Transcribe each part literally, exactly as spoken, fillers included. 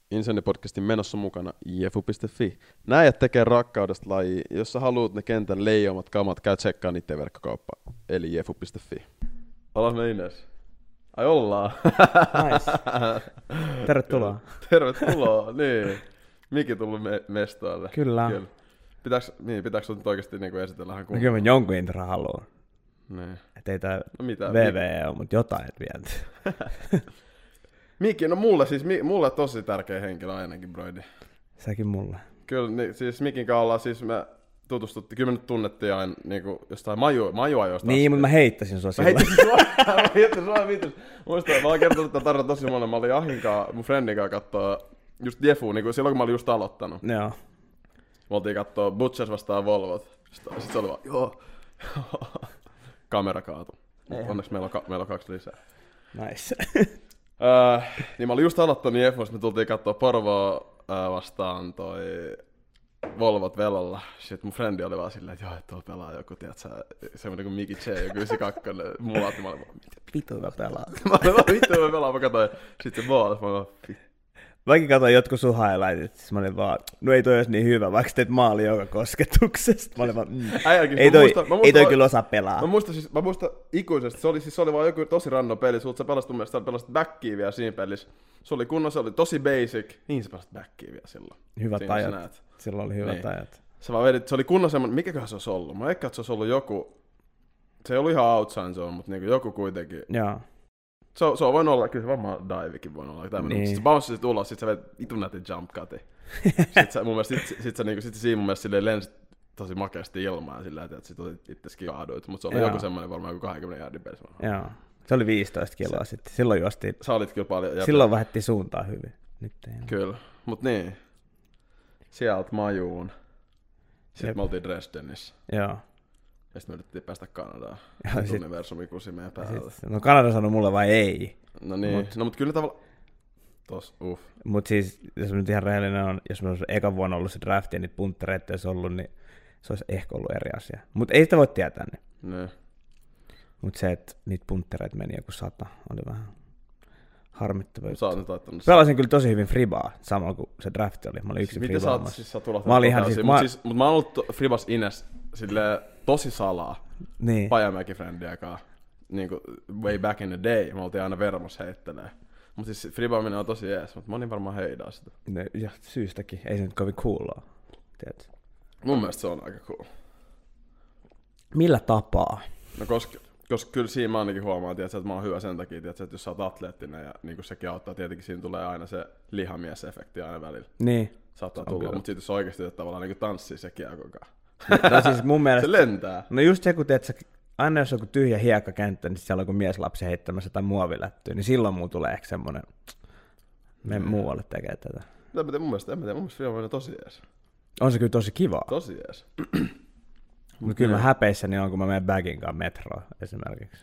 Insenni-podcastin menossa mukana jefu piste fi. Näijät tekee rakkaudesta laji. Jos sä haluut ne kentän leijomat kamat, käy tsekkaa niiden verkkokauppaa. Eli jefu piste fi. Ollaan me Ines. Ai ollaan. Nice. Tervetuloa. Tervetuloa, niin. Miki tullut me- mestoille. Kyllä. Kyllä. Pitääks, niin, pitääks sut nyt oikeesti niinku esitellä vähän No kunnolla? kyllä mä jonkun intro haluan. Niin. Et ei tää No mitä? V V E ole, mut jotain vielä. Miki, no mulle siis, mi, mulle tosi tärkeä henkilö ainakin, broidi. Säkin mulle. Kyllä, niin, siis Mikin kanssa ollaan, siis me tutustuttiin, kyllä me nyt tunnettiin aina niinku jostain maju, majuajoista. Niin, mutta mä heittäsin sua Mä silloin. heittäsin sua, mä heittäsin sua viitus. Muistan, mä oon kertonut tätä tarinaa tosi monen. Mä olin Ahinkaan, mun friendin kanssa kattoo just Jefu, niin silloin kun mä olin just aloittanut. Joo. Me oltiin kattoo Butchers vastaan Volvot. Sitten sit se oli vaan, joo, kamera kaatu. Onneksi meillä on, ka- meillä on kaksi lisää. Nice. Öö, niin mä olin just aloittanut Jefus, me tultiin kattoo Porvoa öö, vastaan toi Volvot velolla. Sitten mun frendi oli vaan silleen, että joo, että tuolla pelaa joku, tiiätsä, semmoinen kuin Miki J, joku yhdeksänkymmentäkaksi mulla, mä olin vaan, mitä Vitu mä pelaa. mä olin vaan, vittu mä pelaan, mä katsoin, sit se boolas, mä olin vaan, vittu. Mäkin katsoin jotkut sun highlightit, mä olin vaan, no ei toi olisi niin hyvä, vaikka teet maali joka kosketuksesta. Mä olin vaan, mm, Äijäkin, ei mä toi, muistan- mä ei muistan toi vaan- kyllä osaa pelaa. Mä muistan, siis, mä muistan ikuisesti, se oli, siis, se oli vaan joku tosi random peli, sulta sä pelasit mun mielestä, sä pelasit backia vielä siinä pelissä. Se oli kunnon, se oli tosi basic, niin sä pelasit backia vielä silloin. Hyvät Siinä sä ajat. näet. Silloin oli hyvät Niin. ajat. Se vaan vedit, se oli kunnon semmonen, mikäköhän se olisi ollut? Mä ehkä, että se olisi ollut joku, se ei ollut ihan outside zone, mutta niinku joku kuitenkin. Joo. Se, on- se on voinut olla, kyllä se varmaan divekin voinut olla tämmönen, Niin. niin. Sitten sä bouncesit ulos, sit sä vedit itun nätin jump cutin. Sitten sä mun mielestä, sit, sit, sä niinku, sit sä siinä mun mielestä silleen lensit tosi makeasti ilmaan ja silleen, että sit otit itseski kaaduit, mutta se oli Joo. joku semmonen varmaan joku kaksikymmentä jardin pelissä. Joo. Se oli viisitoista kiloa se, sitten. Silloin juostiin. Sä olit kyllä paljon. Ja Silloin vaihdettiin suuntaa hyvin. Nyt ei enää. Kyllä, mut niin. Sieltä majuun. Sitten Jep. me oltiin Dresdenissä. Joo. Ja sitten me yritettiin päästä Kanadaan. Ja Sitten sit- universumi kusi meidän päälle. Sit, no Kanada sanoi mulle vai ei. No niin, Mut- mut. no mut kyllä tavallaan... Tos, uff. Mut siis, jos mä nyt ihan rehellinen on, jos mä olisi ekan vuonna ollut se drafti ja niitä punttereita olisi ollut, niin se olisi ehkä ollut eri asia. Mut ei sitä voi tietää. Niin. Niin. Mut se, että niitä punttereita meni joku sata, oli vähän harmittavaa. Sä oot nyt laittanut... Pelasin kyllä tosi hyvin fribaa, samalla kuin se drafti oli. Mä olin yksin Mitä sä oot, fribaamassa. siis sä oot tullut Mä olin ihan täysin, siis- mut, mä- siis, mut mä oon ollut to- Fribas Ines silleen tosi salaa. Niin. Pajamäki-frändiä kanssa. Niinku way back in the day. Me oltiin aina Vermos heittelee. Mut siis fribaaminen on tosi jees, mut moni varmaan heidaa sitä. Ne, ja syystäkin, ei se nyt kovin coolaa. Tiedätkö? Mun mielestä se on aika cool. Millä tapaa? No koska, koska kyllä siinä mä ainakin huomaan, tiiätkö, että mä oon hyvä sen takia, tiiätkö, että jos sä oot atleettinen ja niin sekin auttaa, tietenkin siinä tulee aina se lihamies-efekti aina välillä. Niin. Saattaa On tulla, kyllä. mutta sitten jos oikeasti että tavallaan niin tanssii sekin aika kanssa. No siis mun mielestä... Se lentää. No just se, kun teet, sä, aina jos on joku tyhjä hiekkakenttä, niin siellä on joku mieslapsi heittämässä tai muovilättyä, niin silloin muu tulee ehkä semmonen, me Mm. muualle tekee tätä. En mä tiedä, mun mielestä, en mä tiedä, mun mielestä Fribaminen on tosi jees. On se kyllä tosi kivaa. Tosi jees. Mutta kyllä mä niin. häpeissäni on, kun mä menen bagin kanssa metroon esimerkiksi.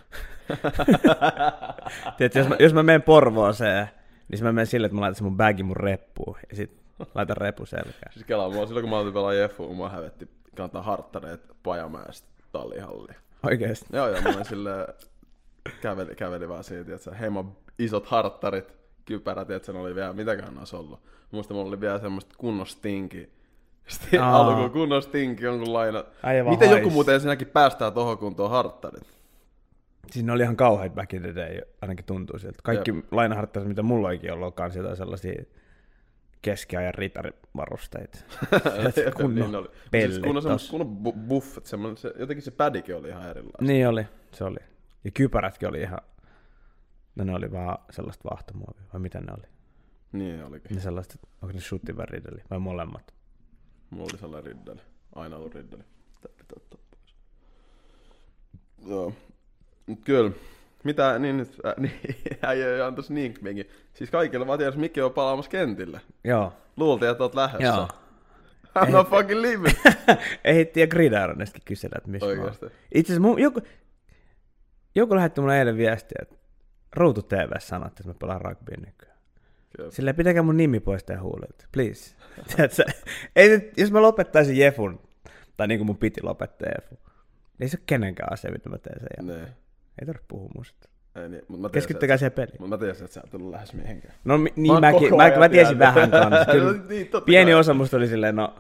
Tiedätkö, jos mä, jos mä menen Porvooseen, niin mä menen silleen, että mä laitan sen mun bagin mun reppuun ja sit laitan reppu selkään. Siis kelaa mua, silloin kun mä olin pelaa Jeffua, mua hävetti kantaa harttareet Pajamäestä tallihalliin. Oikeesti. Joo joo, mä olin silleen, käveli, käveli vaan siitä, että heimon isot harttarit, kypärät, että sen oli vielä, mitäkään olisi ollut. Muista mulla oli vielä semmoista kunnon stinki. Sitten Aa. alkuun kunnon stinki, jonkunlainen. Aivan Miten joku hais. muuten ensinnäkin päästää tohon kuntoon harttarit? Siis ne oli ihan kauheat back in the day, ainakin tuntuu siltä. Kaikki lainaharttarit, mitä mulla oikein ollut, on jotain sellaisia keskiajan ritarivarusteita. kunnon Niin oli. pellit Siis kunnon, tossa. kunnon bu- buffet, semmoinen, se, jotenkin se pädikin oli ihan erilainen. Niin oli, se oli. Ja kypärätkin oli ihan, no ne oli vaan sellaista vaahtomuovia, vai mitä ne oli? Niin olikin. Ne sellaiset, onko ne shootin vai riddeli, vai molemmat? Mulla oli sellainen riddeli. Aina ollut riddeli. Tää pitää ottaa pois. Joo. Mut kyllä. Mitä, niin nyt, äh, niin, äijä antais ninkminkin. Siis kaikille vaan tiedä, jos Mikki on palaamassa kentille. Joo. Luultiin, että oot lähdössä. Joo. I'm not fucking leaving. Ehittiin ja Gridironestakin kysellä, että missä mä oon. Oikeesti. Itse asiassa mun, joku, joku lähetti mulle eilen viestiä, että Ruutu T V sanoi, että mä pelaan rugbya nykyään. Kyllä. Silleen, pitäkää mun nimi pois teidän huulilta, please. Tiedätkö, ei nyt, jos mä lopettaisin Jefun, tai niin kuin mun piti lopettaa Jefun, niin ei se ole kenenkään asia, mitä mä teen sen jälkeen. Nee. Ei tarvitse puhua musta. Ei niin, mut mä tiesin, Keskittykää siihen peliin. Mutta mä tiesin, että sä et tullut lähes mihinkään. No niin mäkin, mä, mä tiesin vähän kanssa. Kyllä, niin, pieni osa musta oli silleen, no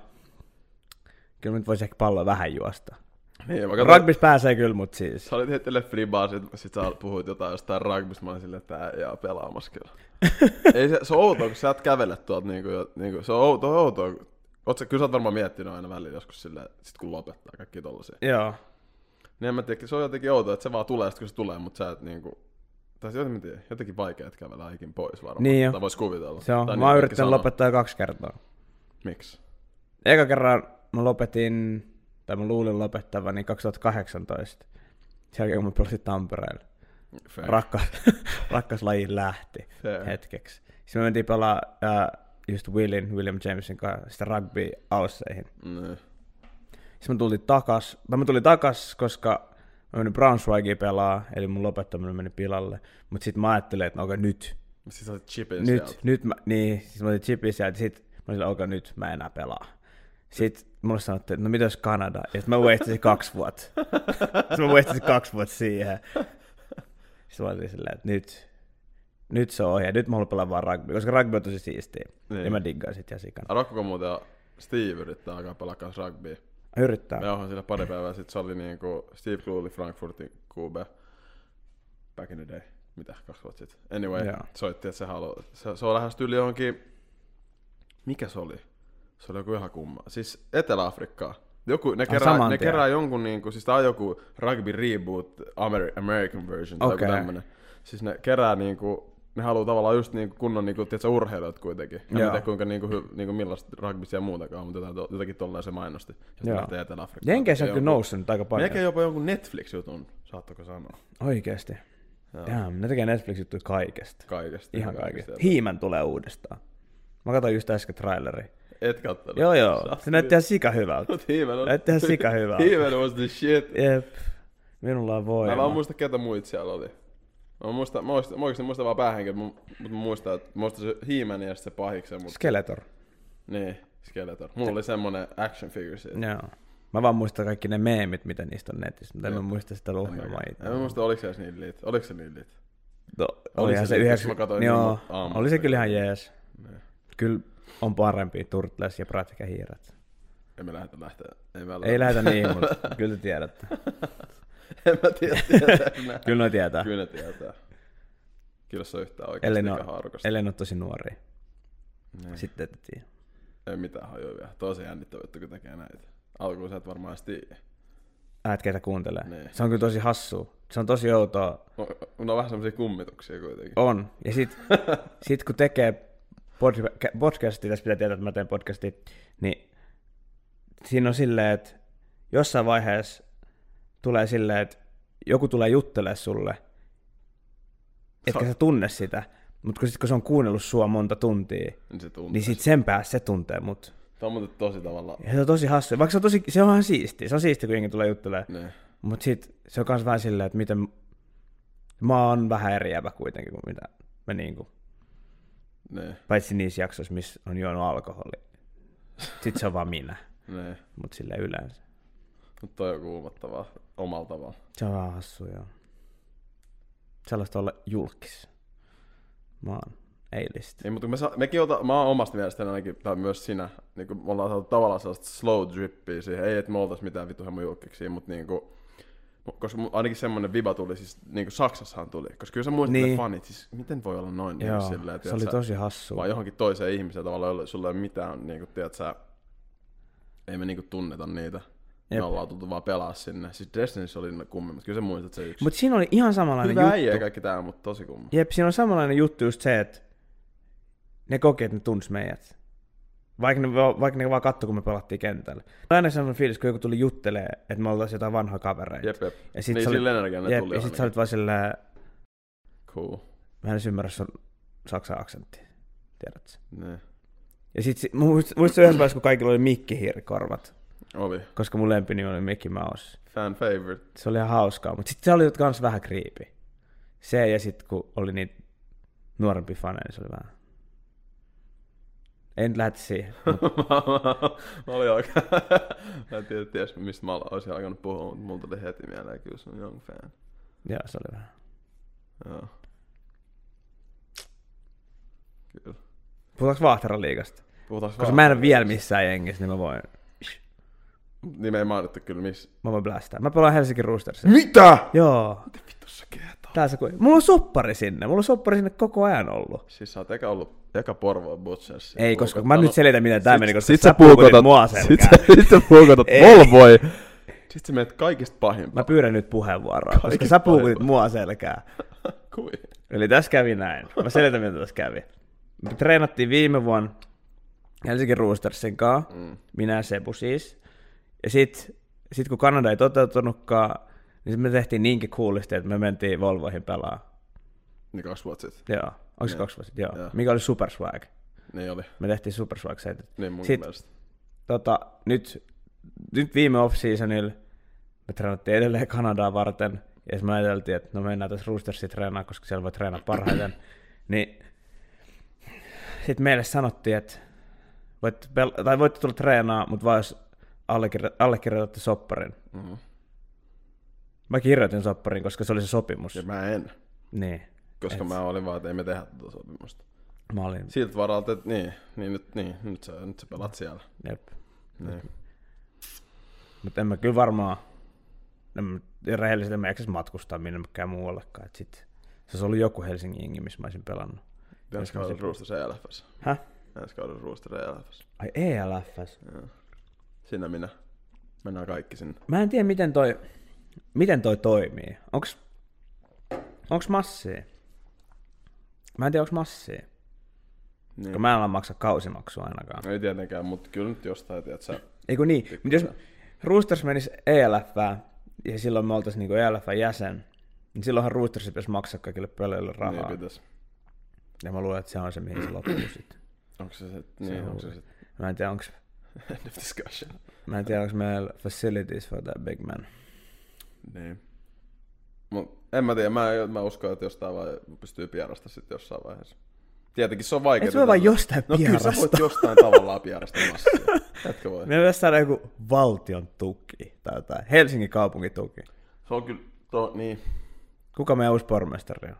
kyllä nyt voisi ehkä palloa vähän juosta. Niin, mä katsoin, Rugbys pääsee kyllä, mut siis. sä olit heittelee flibaa, sit, sit sä puhuit jotain jostain rugbysta, mä olin silleen, että tää ei jää pelaamassa kyllä. Ei se, se on outoa, kun sä et kävele tuolta niinku, niinku se on outoa, outoa. Oot sä, kyllä sä oot varmaan miettinyt aina välillä joskus silleen, sit kun lopettaa kaikki tollasia. Joo. Niin en mä tiedä, se on jotenkin outoa, että se vaan tulee sit kun se tulee, mut sä et niinku, tai jotenkin, mä tiedän, jotenkin vaikea, että kävellä ikin pois varmaan. Niin jo. Tai vois kuvitella. Se on, Tai mä oon niin yrittänyt sanoo. lopettaa jo kaksi kertaa. Miksi? Eka kerran mä lopetin, tai mä luulin lopettavani kaksituhattakahdeksantoista. Sen jälkeen kun mä pelasin Tampereella. Fair. Rakkaus, rakkaus laji lähti Fair. hetkeksi. Sitten me mentiin pelaa äh, just Willin, William Jamesin kanssa sitä rugby-ausseihin. Mm. Sitten mä tulin takas, tai mä tulin takas, koska mä menin Braunschweigiin pelaa, eli mun lopettaminen meni pilalle. Mutta sitten mä ajattelin, että no okei, nyt. Siis sä olit chipin Nyt, sieltä. nyt mä, niin, siis mä olin chipin sieltä, sit mä olin okei, nyt mä en enää pelaa. Sitten mulle sanottiin, että no mitäs Kanada? Ja sitten mä wastasin kaksi vuotta. Sitten mä wastasin kaksi vuotta siihen. Sitten mä olin silleen, että nyt, nyt se on ohi, ja nyt mä haluan pelaa vaan rugby, koska rugby on tosi siistiä. Niin. Ja mä diggaan sit ihan sikana. Arvokko muuten Steve yrittää alkaa pelaa kans rugbya. Yrittää. Me johon sillä pari päivää sitten, se oli niinku Steve Clue oli Frankfurtin Q B. Back in the day. Mitä, kaksi vuotta sitten. Anyway, Joo. soitti, että se haluaa. Se, se on lähestynyt johonkin, mikä se oli? Se oli joku ihan kumma. Siis Etelä-Afrikkaa. Joku, ne, Ah, kerää, saman ne tien. kerää jonkun niinku, siis tää on joku rugby reboot, Amer- American version tai Okei. joku tämmönen. Siis ne kerää niinku, ne haluu tavallaan just niinku kunnon niinku, tiiätsä, urheilijat kuitenkin. En Joo. tiedä kuinka niinku, hy- niinku millaista rugbysia ja muutakaan, mutta jotain, jotenkin tolleen se mainosti. Ja sitten Joo. lähtee Etelä-Afrikkaan. Jenkeissä on Ja kyllä jonkun- noussut nyt aika paljon. Melkein jopa jonkun Netflix-jutun, saattako sanoa. Oikeesti. Joo. Damn, ne tekee Netflix-juttuja kaikesta. Kaikesta. Ihan kaikesta. sieltä. Hiimän tulee uudestaan. Mä katsoin just äsken traileri. Et kattonut. Joo joo, Saat se näytti ihan sika hyvältä. Mut He-Man on... Näytti ihan sika hyvältä. He-Man was the shit. Jep. Minulla on Mä voima. en vaan muista ketä muita siellä oli. Mä muistan, mä muistan, mä oikeesti muistan vaan päähenkilöt, mutta mä muistan, että mä muistan se He-Man ja se pahiksen, mut... Skeletor. Niin, Skeletor. Mulla oli semmonen action figure siitä. Joo. Mä vaan muistan kaikki ne meemit, mitä niistä on netissä, mutta en Jep. mä muista sitä ohjelmaa itse. En mä muista, oliko se edes niin liit. Oliko se niin liit? No, Oli olihan se se liit, yhdessä... koska mä katsoin Joo, niin aamulla. oli se kyllä ihan jees. Niin. Kyllä on parempi Turtles ja Prätkähiiret. Ei me lähdetä lähteä. Ei, me Ei lähetä niihin, mutta kyllä te tiedätte. en mä tiedä, tietääkö nää. Kyllä ne tietää. Kyllä ne tietää. Kyllä se on yhtään Ellei oikeasti ne eikä ole- haarukasta. ellei ne ole tosi nuoria. Niin. Sitten ette tiedä. Ei mitään hajoa vielä. Tosi jännittävä juttu, kun tekee näitä. Alkuun sä et varmaan edes tiedä. Äät ketä kuuntelee. Niin. Se on kyllä tosi hassua. Se on tosi outoa. On, on vähän semmosia kummituksia kuitenkin. On. Ja sit, sit kun tekee podca- podcastia, tässä pitää tietää, että mä teen podcastia, niin siinä on silleen, että jossain vaiheessa tulee silleen, että joku tulee juttelemaan sulle, etkä sä tunne sitä, mutta kun, sit, kun se on kuunnellut sua monta tuntia, Niin se tuntee. niin sit sen päässä se tuntee mut. Tämä on muuten tosi tavalla. Ja se on tosi hassua. Vaikka se on, tosi, se on ihan siistiä. Se on siistiä, kun jengi tulee juttelemaan. Niin. Mutta sit se on kans vähän silleen, että miten mä oon vähän eriävä kuitenkin kuin mitä mä niinku, Niin. paitsi niissä jaksoissa, missä on juonut alkoholi. Sit se on vaan minä, Niin. mut sille yleensä. Mutta toi on kuumottavaa omalla tavalla. Se on vähän hassua, joo. Sellaista olla julkis. Mä oon ei-list. Niin, mutta kun me sa- mekin ota, mä oon omasta mielestäni ainakin, tai myös sinä, niin kun me ollaan saatu tavallaan sellaista slow drippia siihen. Ei, että me oltais mitään vittu hemmo julkkiksia, mutta niinku, koska mu- ainakin semmonen viba tuli, siis niinku Saksassahan tuli. Koska kyllä sä muistat Niin. ne fanit, siis miten voi olla noin Joo, niin silleen, että se oli sä, tosi hassua. vaan johonkin toiseen ihmiseen tavallaan, jolle sulla ei ole mitään, niinku, tiedät sä, ei me niinku tunneta niitä. Me Jep. ollaan tultu vaan pelaa sinne. Siis Destinies oli ne kummimmat, kyllä sä muistat se yksi. Mut siinä oli ihan samanlainen Hyvä äijä ja juttu. kaikki tää, mutta tosi kumma. Jep, siinä on samanlainen juttu just se, että ne koki, että ne tunsi meidät. Vaikka ne, vaikka ne vaan katsoi, kun me pelattiin kentällä. Aina semmoinen fiilis, kun joku tuli juttelee, että me oltaisiin jotain vanhoja kavereita. Jep, jep. Ja sit Niin sä olit- sillä energialla ne Jep, tuli ja sit ainakin. sä olit vaan silleen, Cool. mä en edes ymmärrä sun saksan aksenttia, tiedätkö? Ne. Ja sit, sit muistat yhdessä vaiheessa, kun kaikilla oli mikkihiirikorvat, Oli. koska mun lempinimi oli Mickey Mouse. Fan favorite. Se oli ihan hauskaa, mutta sitten se oli kans vähän creepy. Se ja sitten kun oli niitä nuorempi faneja, niin se oli vähän... En lähde siihen. Mut... mä, mä, mä olin oikein... mä en tiedä, ties, mistä mä olisin alkanut puhua, mutta mulla tuli heti mieleen kyllä sun Young Fan. Joo, se oli vähän. Joo. Kyllä. Puhutaanko Vaahteran liigasta? Puhutaanko Koska mä en ole vielä missään jengissä, niin mä voin... Niin me ei mainittu kyllä missä. Mä voin blästää. Mä pelaan Helsingin Roostersia. Mitä? Joo. Mitä vitussa keetaa? Tää se kun... Mulla on soppari sinne. Mulla on soppari sinne koko ajan ollut. Siis sä oot eka ollut eka Porvoon Butchers. Ei, koska mä nyt selitän, miten tää meni, koska sit sä puukotit mua selkään. Sit, sit sä puukotat Volvoi. Sit sä menet kaikista pahimpaa. Mä pyydän nyt puheenvuoroa, koska kaikista sä puukotit mua selkään. Kui? Eli tässä kävi näin. Mä selitän, mitä tässä kävi. Me treenattiin viime vuonna Helsingin Roostersin kanssa, mm. minä ja Sebu siis. Ja sit, sit kun Kanada ei toteutunutkaan, niin me tehtiin niinkin coolisti, että me mentiin Volvoihin pelaamaan. Niin kaksi vuotta sitten. Joo, onko se kaksi vuotta sitten? Joo. Joo. Mikä oli Super Swag? Niin oli. Me tehtiin Super Swag setit. Niin mun sit, mielestä. Tota, nyt, nyt viime off-seasonilla me treenattiin edelleen Kanadaa varten, ja me ajateltiin, että no mennään tässä Roostersiin treenaa, koska siellä voi treenaa parhaiten. Niin sitten meille sanottiin, että voitte, pel- tai voitte tulla treenaa, mutta vaan jos allekirjo- allekirjoitatte sopparin. Mm-hmm. Mä kirjoitin sopparin, koska se oli se sopimus. Ja mä en. Niin. Koska Et... mä olin vaan, että ei me tehdä tuota sopimusta. Mä olin... Siltä varalta, että niin, niin, nyt, niin nyt, sä, nyt sä pelat siellä. Jep. Niin. Mutta en mä kyllä varmaan, rehellisesti en mä eksäs matkustaa minnekään muuallekaan. Et sit, se olisi ollut joku Helsingin jengi, missä mä olisin pelannut. Ensi kaudella Roosters E L F:ssä. Häh? Ensi kaudella Roosters E L F:ssä. Ai E L F:ssä? Joo. Sinä minä. Mennään kaikki sinne. Mä en tiedä, miten toi, miten toi toimii. Onks, onks massia? Mä en tiedä, onks massia. Niin. Kun mä en ala maksaa kausimaksua ainakaan. Ei tietenkään, mutta kyllä nyt jostain, tiedät sä. Eiku niin, mutta jos Roosters menisi E L F:ään, ja silloin me oltais niinku E L F:n jäsen, niin silloinhan Roosters pitäisi maksaa kaikille peleille rahaa. Niin pitäisi. Ja mä luulen, että se on se, mihin se loppuu sitten. Onko se se? Niin, onko se se? Mä en tiedä, onks... End of discussion. Mä en tiedä, onks meillä facilities for that big man. Niin. Mut en mä tiedä, mä, mä uskon, että jostain vai pystyy pierasta sitten jossain vaiheessa. Tietenkin se on vaikea. Et sä voi vaan jostain no, pierasta. No kyllä sä voit jostain tavallaan pierasta massia. Etkö voi? Me pitäisi saada joku valtion tuki tai jotain. Helsingin kaupungin tuki. Se on kyllä, to, niin. Kuka meidän uusi pormestari on?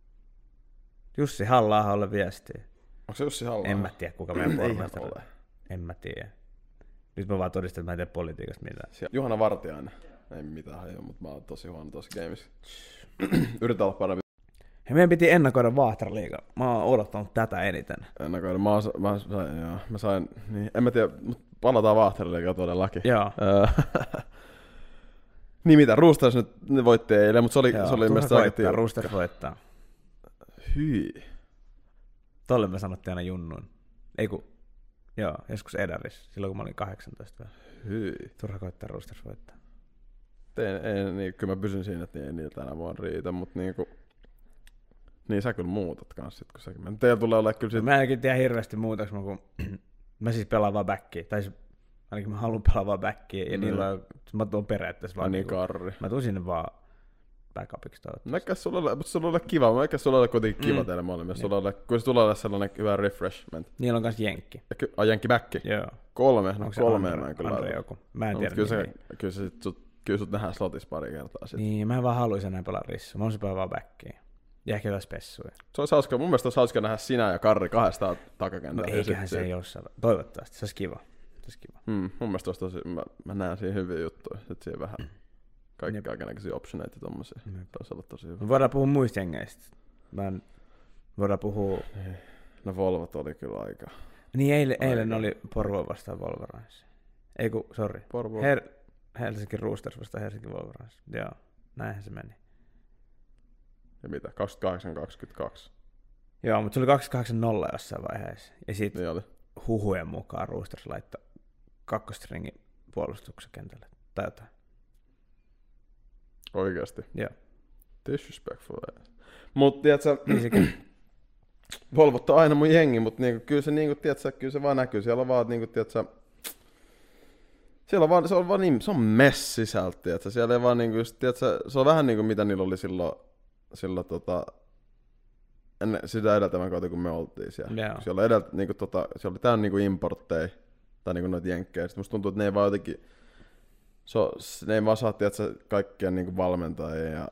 Jussi Halla-aholle viestiä. Onko se Jussi Halla-aho? En mä tiedä, kuka meidän pormestari on. En mä tiedä. Nyt mä vaan todistan, että mä en tee politiikasta mitään. Sie- Juhana Vartiainen. Ei mitään hajua, mutta mä oon tosi huono tossa gameissa. Yritän olla parempi. Ja meidän piti ennakoida Vaahtera-liigaa. Mä oon odottanut tätä eniten. Ennakoida. Mä, oon, mä, sain, joo, mä sain, niin, en mä tiedä, mutta palataan Vaahtera-liigaa todellakin. Joo. Niin mitä, Roosters nyt ne voitti eilen, mutta se oli, joo, se oli ilmeisesti aika tiukka. Roosters voittaa. Hyi. Tolle me sanottiin aina junnuin. Ei kun, joo, joskus Edaris, silloin kun mä olin kahdeksantoista vielä. Hyi. Turha koittaa Roosters voittaa. Tein, ei, niin, kyllä mä pysyn siinä, että ei niillä tänä vuonna riitä, mutta niinku... Niin sä kyllä muutat kans sit, kun säkin... Teillä tulee olla kyllä sit... Mä ainakin tiedä hirveästi muutaks, kun mä siis pelaan vaan backia. Tai siis, ainakin mä haluan pelaa vaan backia, ja mm. niillä on, mä tuun periaatteessa vaan... Niin karri. Mä tuun sinne vaan backupiksi toivottavasti. Näkkäs sulla ole, mutta sulla ole kiva. Mä eikäs sulla ole kuitenkin kiva mm. teille molemmille. Sulla ole, kun se tulee olla sellainen hyvä refreshment. Niillä on kans jenkki. Ky- ai jenkki backi? Joo. Kolme? No kolme Andre, mä en kyllä Andre joku. Mä en no, tiedä. Kyllä se, kyllä, se, sut, kyllä sut nähdään slotissa pari kertaa sit. Niin, mä en vaan haluais enää pelaa rissu. Mä haluaisin pelaa vaan backia. Ja ehkä jotain spessuja. Se olisi hauska. Mun mielestä olisi hauska nähdä sinä ja Karri kahdestaan takakentällä. No eiköhän se ei jossain. Toivottavasti. Se olisi kiva. Se olisi kiva. Hmm, mun mielestä olisi tosi, mä, mä näen siinä hyviä juttuja. Sitten siihen vähän kaikki kaikenlaisia optioneita ja tommosia. Mm. Taisi olla tosi hyvä. Me voidaan puhua muista jengeistä. Mä en... Voidaan puhua... No Volvat oli kyllä aika... Niin eilen, eilen oli Porvo vastaan Wolverines. Ei kun, sori. Porvo. Her... Helsinki Roosters vastaan Helsinki Wolverines. Joo, näinhän se meni. Ja mitä? kaksikymmentäkahdeksan kaksikymmentäkaksi. Joo, mutta se oli kaksikymmentäkahdeksan nolla jossain vaiheessa. Ja sit niin oli. Huhujen mukaan Roosters laittoi kakkostringin puolustuksen kentälle. Tai jotain. Oikeasti? Joo. Disrespectful. Mut tiiätsä... Niin sekin. Volvot on aina mun jengi, mut niinku, kyllä se niinku, tiiätsä, kyllä se vaan näkyy. Siellä on vaan niinku, tiiätsä... Siellä on vaan, se on vaan niin, se on mess sisältä, tiiätsä. Siellä ei vaan niinku, just, tiiätsä, se on vähän niinku mitä niillä oli silloin, silloin tota... Ennen sitä edeltävän kautta, kun me oltiin siellä. Yeah. Siellä, edelt, niinku, tota, siellä oli täynnä niinku importteja, tai niinku noita jenkkejä. Sitten musta tuntuu, että ne ei vaan jotenkin... So, ne ei vaan saa, tiiätsä, kaikkia niinku valmentajia ja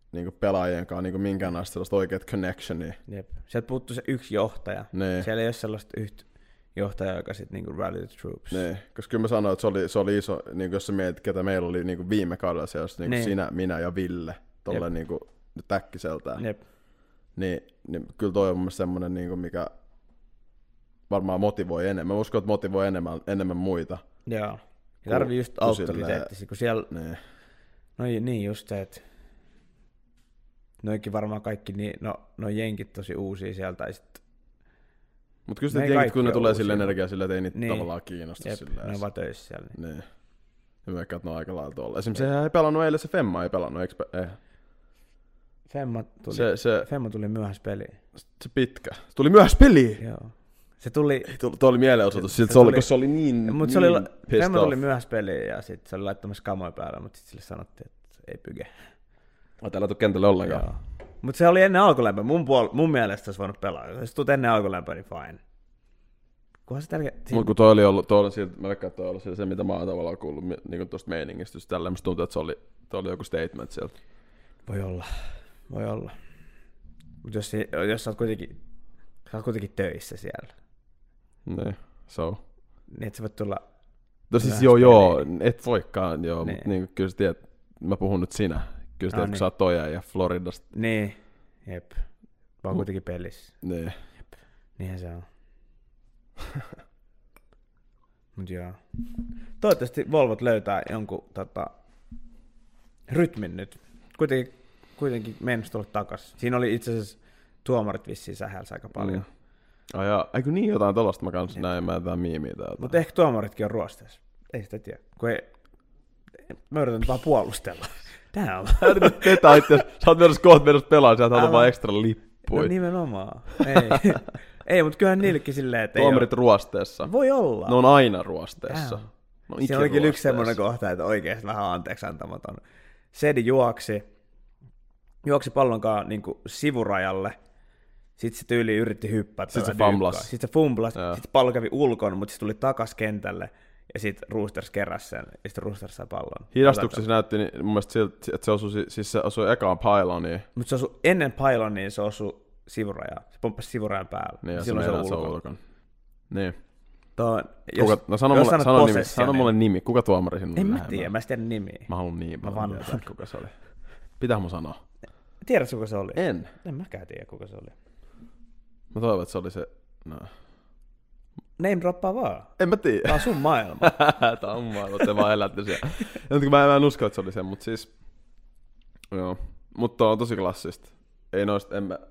niinku pelaajien kanssa niinku minkäänlaista sellaista oikeat connectionia. Jep. Sieltä puuttuu se yksi johtaja. Nee. Siellä ei ole sellaista yhtä johtajaa, joka sitten niinku rally the troops. Nee. Koska kyllä mä sanoin, että se oli, se oli iso, niinku jos sä mietit, ketä meillä oli niinku viime kaudella siellä, niinku Nee. sinä, minä ja Ville, tolleen niinku täkkiseltään. Jep. Niin, niin kyllä toi on mun mielestä semmonen, niinku, mikä varmaan motivoi enemmän. Mä uskon, että motivoi enemmän, enemmän muita. Joo. Ja tarvii just auktoriteettisi, kun siellä... Nee. No niin just se, että... Noikin varmaan kaikki, niin, no, no jenkit tosi uusia sieltä, tai sit... Mut kyllä sitten jenkit, kun ne tulee sille energiaa sille, että ei niitä niin. tavallaan kiinnosta Jep, silleen. ne on vaan töissä siellä. Niin. Niin. Ja mä veikkaan, että ne on aika lailla tuolla. Esimerkiksi sehän ei pelannut eilen, se Femma ei pelannut, eikö? Ei. Femma tuli, Se, se, Femma tuli myöhässä peliin. se pitkä. Se tuli myös peliin! Joo. Se tuli... Tuo oli mielenosoitus, siltä se se oli, tuli- koska se oli niin, Mutta niin se oli, pissed Femma tuli off. myöhässä peliin ja sitten se oli laittamassa kamoja päällä, mutta sitten sille sanottiin, että ei pyge. Ai, täällä ei tule kentälle ollenkaan. Joo. Mutta se oli ennen alkulämpöä. Mun, puol- mun mielestä se olisi voinut pelaa. Jos tulet ennen alkulämpöä, niin fine. Kunhan se tärkeä... Mutta kun toi oli ollut, toi oli siltä, mä veikkaan, että toi oli se, mitä mä oon tavallaan kuullut niin tuosta meiningistä. Just tällä musta tuntuu, että se oli, toi oli joku statement sieltä. Voi olla. Voi olla. Mutta jos, si- jos sä oot kuitenkin, sä oot kuitenkin töissä siellä, Niin, so. niin et sä voit tulla... No siis Myöhässä joo, joo, peliin. et voikaan, joo, Niin. mutta niin, kyllä sä tiedät, mä puhun nyt sinä. Kyllä sä tiedät, Ah, kun niin. sä oot toja ja Floridasta. Niin, jep. Vaan Mm. kuitenkin pelissä. Niin. Niinhän se on. Mut joo. Toivottavasti Volvot löytää jonkun tota, rytmin nyt. Kuitenkin, kuitenkin meinasi tulla takas. Siinä oli itse asiassa tuomarit vissiin sähälssä aika paljon. Mm. Ai jaa, eikö niin jotain tollasta mä kanssa Jep. näin, mä jotain miimiä täältä. Mutta ehkä tuomaritkin on ruosteessa. Ei sitä tiedä. Kun ei, mä yritän vaan puolustella. Tää on. Älä nyt petä itse, sä oot menossa kohta menossa pelaa, sä haluat Älä. vaan ekstra lippuja. No nimenomaan. Ei, ei mutta kyllähän niillekin silleen, että Tuomarit ei ruosteessa. ole. Voi olla. Ne on aina ruosteessa. Ää. No, Siinä oli kyllä yksi semmoinen kohta, että oikeasti vähän anteeksi antamaton. Sedi juoksi, juoksi pallonkaan niin sivurajalle, sitten se tyyli yritti hyppätä. Sitten se fumblasi. Sitten se fumblasi, Joo. sitten pallo kävi ulkon, mutta se tuli takas kentälle, ja sitten Roosters keräsi sen, ja sitten Roosters sai pallon. Hidastuksessa se näytti niin, mun mielestä siltä, että se osui, siis se osui ekaan pyloniin. Mutta se osui ennen pylonia, se osui sivurajaa. Se pomppasi sivurajan päälle. Niin, ja se Silloin meinaa, se että on se on ulkona. ulkona. Niin. Tuo, Kuka, no sano jos mulle, sanot sano, nimi, possession, sano niin- mulle nimi. Kuka tuomari sinun En mä lähellä? tiedä, mä en tiedä nimiä. Mä haluan niin Mä paljon vannoin. tietää, kuka se oli. Pitää mun sanoa. Tiedätkö, kuka se oli? En. En mäkään tiedä, kuka se oli. Mä toivon, että se oli se... No. Name droppaa vaan. En mä tiedä. Tää on sun maailma. Tää on maailma, te vaan elätte siellä. Ja mä, mä en usko, että se oli se, mutta siis... Joo. Mutta on tosi klassista. Ei noista, en mä...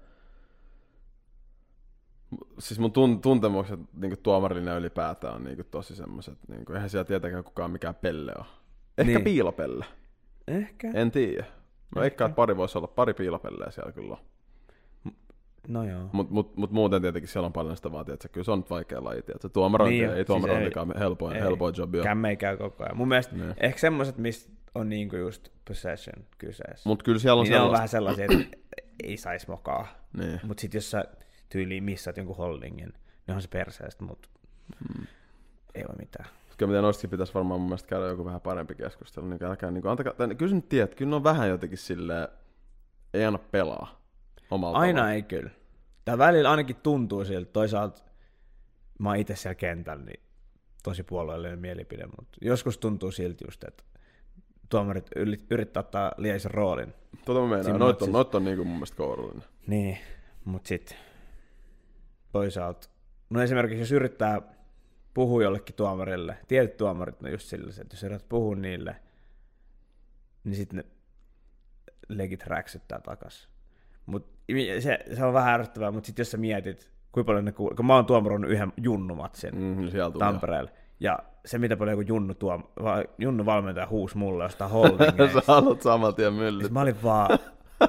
Siis mun tun, tuntemukset niin tuomarina ylipäätään on niin tosi semmoiset, niin kuin, eihän siellä tietenkään kukaan mikään pelle ole. Ehkä Niin. piilopelle. Ehkä. En tiedä. Mä veikkaan, että pari voisi olla, pari piilopelleä siellä kyllä on. No joo. Mut, mut, mut muuten tietenkin siellä on paljon sitä vaatia, että kyllä se on nyt vaikea laji, että tuomarointi Niin jo, ei siis tuomarointikaan helpoin, ei. helpoin jobi ole. Kämmei käy koko ajan. Mun mielestä Niin. ehkä semmoset, mistä on niinku just possession kyseessä. Mut kyllä siellä on niin ne on sellaista. vähän sellaisia, että ei sais mokaa. Niin. Mut sit jos sä tyyliin missaat jonkun holdingin, niin on se perseestä, mut Hmm. ei voi mitään. Kyllä miten noistakin pitäisi varmaan mun mielestä käydä joku vähän parempi keskustelu. Niin älkää, niin kuin, antakaa, tai, kyllä sä nyt tiedät, kyllä ne on vähän jotenkin silleen, ei anna pelaa omalla Aina tavalla. ei kyllä. Tää välillä ainakin tuntuu siltä. Toisaalta mä oon itse siellä kentällä, niin tosi puolueellinen mielipide, mutta joskus tuntuu siltä just, että tuomarit yli- yrittää ottaa liian ison roolin. Tota mä meinaan, Siinä noit on, matsissa. noit on niin kuin mun mielestä kourallinen. Niin, mutta sitten toisaalta, no esimerkiksi jos yrittää puhua jollekin tuomarille, tietyt tuomarit on just sillä, että jos yrität puhua niille, niin sitten ne legit räksyttää takas. Mut se, se on vähän ärsyttävää, mutta sitten jos sä mietit, kuinka paljon ne kuulee, kun mä oon tuomaroinut yhden junnumatsin Mm, siellä tulee. Tampereella, ja se mitä paljon joku junnu, tuom, va, junnu valmentaja huusi mulle jostain holdingeista. Sä haluat saman tien myllyt. Mä olin vaan...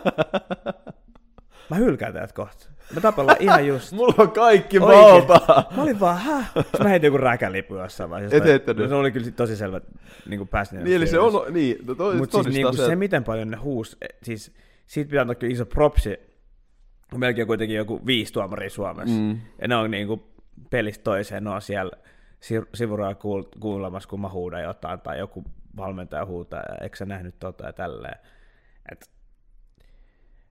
Mä hylkään teidät kohta. Me tapellaan ihan just. Mulla on kaikki Oikein. valta! Mä olin vaan, häh? Sitten mä heitin joku räkälipu jossain vaiheessa. Et heittänyt. No, se oli kyllä tosi selvä niin kuin pass Niin, eli se on, niin, to, to, Mutta siis niinku se, miten paljon ne huus, siis siitä pitää antaa kyllä iso propsi, kun melkein kuitenkin joku viisi tuomaria Suomessa. Mm. Ja ne on niinku pelistä toiseen, ne on siellä sivurajalla kuul- kuulemassa, kun mä huudan jotain, tai joku valmentaja huutaa, ja eikö sä nähnyt tota ja tälleen. Et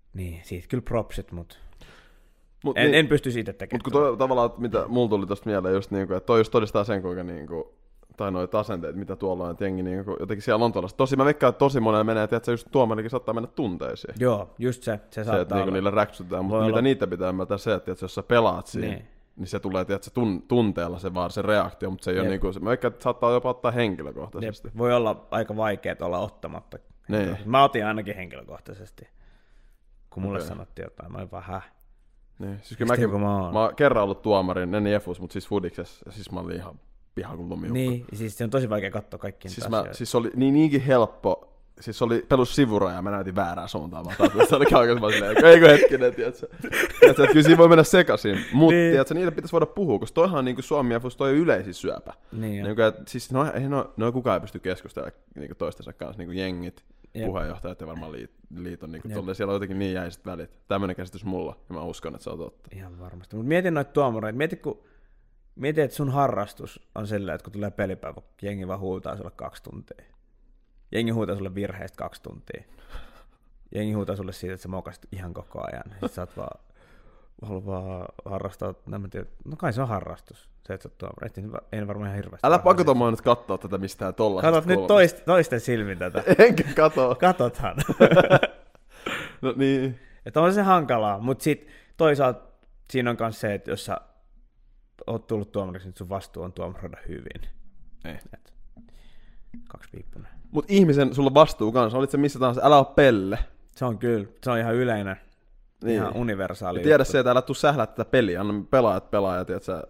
Niin, siitä kyllä propsit, mut, mut en, niin, en pysty siitä tekemään. Mut kun toi, tavallaan, mitä mulla tuli tosta mieleen just niinku, että toi just todistaa sen, kuinka niinku, tai noita asenteet, mitä tuolla on, että jengi niinku, jotenkin siellä on tuollaista. Tosi mä veikkaan, että tosi monella menee, että just tuomarikin saattaa mennä tunteisiin. Joo, just se, se saattaa Se, että niinku niillä räksytään, mutta mitä niitä pitää ymmärtää se, että jos sä pelaat siinä, niin, niin se tulee tiedätkö, tun, tunteella se vaan se reaktio, mutta se ei Jep. ole niinku, se, mä veikkaan, että saattaa jopa ottaa henkilökohtaisesti. Jep. Voi olla aika vaikeet olla ottamatta. Niin. Mä otin ainakin henkilökohtaisesti, kun mulle okay. sanottiin jotain, mä olin vaan häh. Niin, siis kyllä mäkin, mä, mä oon kerran ollut tuomarin, en Jefus, mutta siis Fudiksessa, siis mä olin ihan piha kuin lumiukko. Niin, siis se on tosi vaikea katsoa kaikkiin siis mä, siis oli niin, niinkin helppo, siis oli pelus sivuraja ja mä näytin väärään suuntaan vaan. Se oli kaikessa silleen, eikö hetkinen, tiiätsä. Tiiätsä, että kyllä siinä voi mennä sekaisin, mutta niin. Tiiätsä, niitä pitäisi voida puhua, koska toihan on niin kuin Suomi Jefus, toi on yleisin syöpä. Niin niin kuin, että, siis no, ei no, no kukaan ei pysty keskustelemaan niin kuin toistensa kanssa, niin kuin jengit. Jep. Puheenjohtajat ja varmaan liiton, niin tolle, siellä on jotenkin niin jäiset välit. Tämmöinen käsitys mulla, ja mä uskon, että se on totta. Ihan varmasti. Mutta mietin noita tuomareita. Mieti, kun, mieti, että sun harrastus on silleen, että kun tulee pelipäivä, jengi vaan huutaa sulle kaksi tuntia. Jengi huutaa sulle virheistä kaksi tuntia. Jengi huutaa sulle siitä, että sä mokasit ihan koko ajan. Sitten sä oot vaan, haluat vaan harrastaa. No kai se on harrastus. Se, että sä oot tuomari. Ei varmaan ihan hirveästi. Älä pakota mua nyt katsoa tätä mistään tollaisesta. Katot nyt toist, toisten silmin tätä. Enkä kato. Katothan. No niin. Että on se hankalaa, mutta sitten toisaalta siinä on myös se, että jos sä oot tullut tuomariksi, niin sun vastuu on tuomaroida hyvin. Ei. Et, kaksipiippunen. Mut ihmisen sulla vastuu kanssa, olit se missä tahansa, älä oo pelle. Se on kyllä, se on ihan yleinen, niin. Ihan universaali. Ja tiedä se, että älä tuu sählää tätä peliä, anna pelaajat pelaajat, että sä...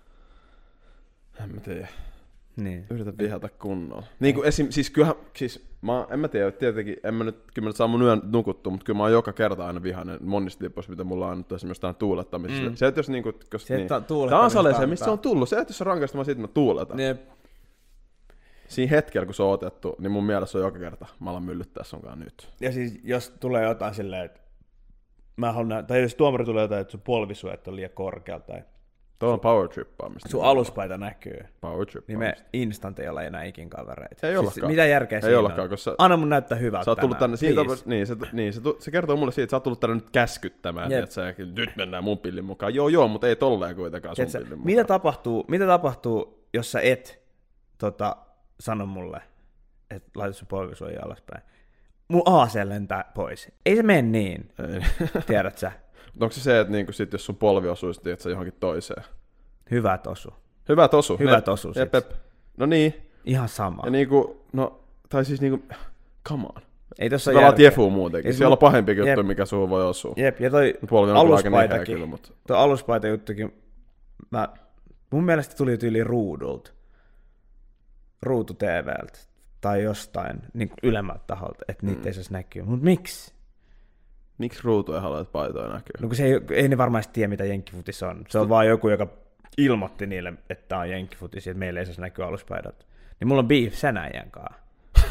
En mä tiedä. Niin. Yritä vihata kunnolla. Niin kuin esim, siis kyllähän, siis mä, en mä tiedä, tietenkin, en mä nyt, kyllä mä nyt saa mun yön nukuttua, mutta kyllä mä oon joka kerta aina vihainen monista lipoista, mitä mulla on annettu esimerkiksi tähän tuulettamisessa. Mm. Se, että jos niinku, koska se, niin, tää on se, missä on tullut, se, että jos on rankaistamaan siitä, mä tuuletan. Niin. Siinä hetkellä, kun se on otettu, niin mun mielestä on joka kerta, mä alan myllyttää sunkaan nyt. Ja siis, jos tulee jotain silleen, että mä haluan, tai jos tuomari tulee jotain, että sun polvisuojat on liian korkealla, tai tuo on power trippaamista. Sun aluspaita näkyy. Power trippaamista. Niin me instant ei olla enää ikin kavereita. Ei siis ollakaan. Mitä järkeä ei siinä ollakaan, on? Koska anna mun näyttää hyvältä sä oot tullut tänne, siitä, niin, se, niin se, se kertoo mulle siitä, että sä oot tullut tänne nyt käskyttämään, että sä, nyt mennään mun pillin mukaan. Joo, joo, mutta ei tolleen kuitenkaan sun Tiedätkö, pillin mukaan. Mitä tapahtuu, mitä tapahtuu, jos sä et tota, sano mulle, että laita sun polvisuojia alaspäin? Mun A C lentää pois. Ei se mene niin, tiedät sä. Onko se se, että niinku sit, jos sun polvi osuisi, tiedät sä johonkin toiseen? Hyvät osu. Hyvät osu. Hyvät osu. Jep, jep. No niin. Ihan sama. Ja niinku, no, tai siis niinku, come on. Ei tossa järkeä. Pelaat Jefua muutenkin. Ei, siellä on pahempi jep. juttu, mikä suhun voi osua. Jep, ja toi aluspaitakin. Kyllä, mutta... Toi aluspaita juttukin, mä, mun mielestä tuli tyyli ruudulta. Ruutu T V:ltä. Tai jostain niin ylemmältä taholta, että niitä mm. ei saisi näkyä. Mutta miksi? Miksi ruutu ei halua, että paitoja näkyy? No kun se ei, ei ne varmasti tiedä, mitä jenkkifutis on. Se on vaan joku, joka ilmoitti niille, että tämä on jenkkifutis, että meillä ei saisi näkyä aluspaidat. Niin mulla on beef sen äijän kanssa.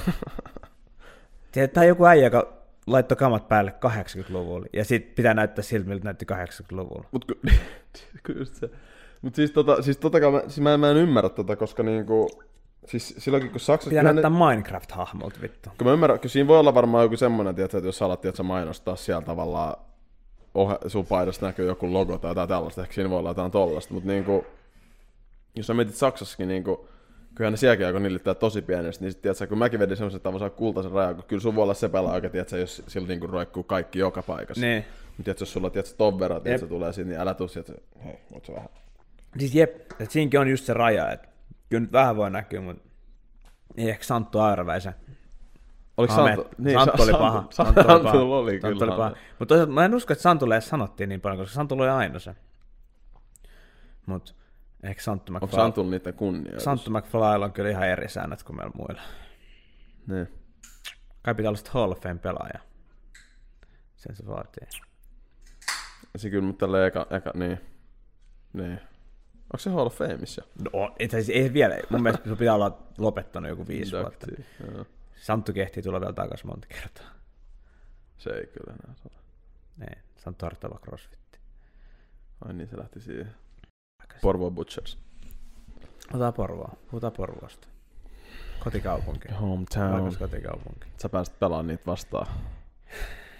Tämä on joku äijä, joka laittoi kamat päälle kahdeksankymmentäluvulla, ja sitten pitää näyttää siltä, miltä näytti kahdeksankymmentäluvulla. Mutta se. Mut siis, tota, siis, tota, mä, siis mä, mä en ymmärrä tota, koska niinku... Siis silloinkin, kun Saksassa... Pitää näyttää ne... Minecraft-hahmolta, vittu. Kun mä ymmärrän, kun siinä voi olla varmaan joku semmoinen, että jos sä alat tiedätkö, mainostaa siellä tavallaan, ohe, sun paidasta näkyy joku logo tai jotain tällaista, ehkä siinä voi olla jotain tollaista, mutta niinku, jos sä mietit Saksassakin, niinku, kyllähän ne sielläkin aika nillittää tosi pienestä, niin sit, tiedätkö, kun mäkin vedin semmoisen, että vaan kultaisen rajan, kun kyllä sun voi olla se pelaa aika, tiedätkö, jos sillä niinku roikkuu kaikki joka paikassa. Niin. Mutta jos sulla tiedätkö, ton verran, että se tulee siitä, niin älä tuu sieltä, hei, voit sä vähän. Siis jep, että siinäkin on just se raja, että kyllä nyt vähän voi näkyä, mutta ei ehkä Santtu Airaväisen. Oliko Santtu? Niin, Santtu oli paha. Santtu oli paha. Oli Santtu oli paha. Mutta toisaalta mä en usko, että Santulle edes sanottiin niin paljon, koska Santtu oli aina se. Mutta ehkä Santtu McFly... Onko Santulla niitä kunnia? Santtu McFlylla on kyllä ihan eri säännöt kuin meillä muilla. Niin. Kai pitää olla sitten Hall of Fame pelaaja. Sen se vaatii. Se kyllä, mutta tälleen eka, eka, niin. Niin. Onko se Hall of Fameissa? No, et, siis ei vielä. Mun mielestä se pitää olla lopettanut joku viisi vuotta. Joo. Santtu kehtii tulla vielä takaisin monta kertaa. Se ei kyllä enää ole. Ei, Santtu harjoittava crossfitti. Ai niin, se lähti siihen. Porvoo Butchers. Otetaan Porvoa. Puhutaan Porvoosta. Kotikaupunki. Hometown. Rakas kotikaupunki. Sä pääsit pelaamaan niitä vastaan.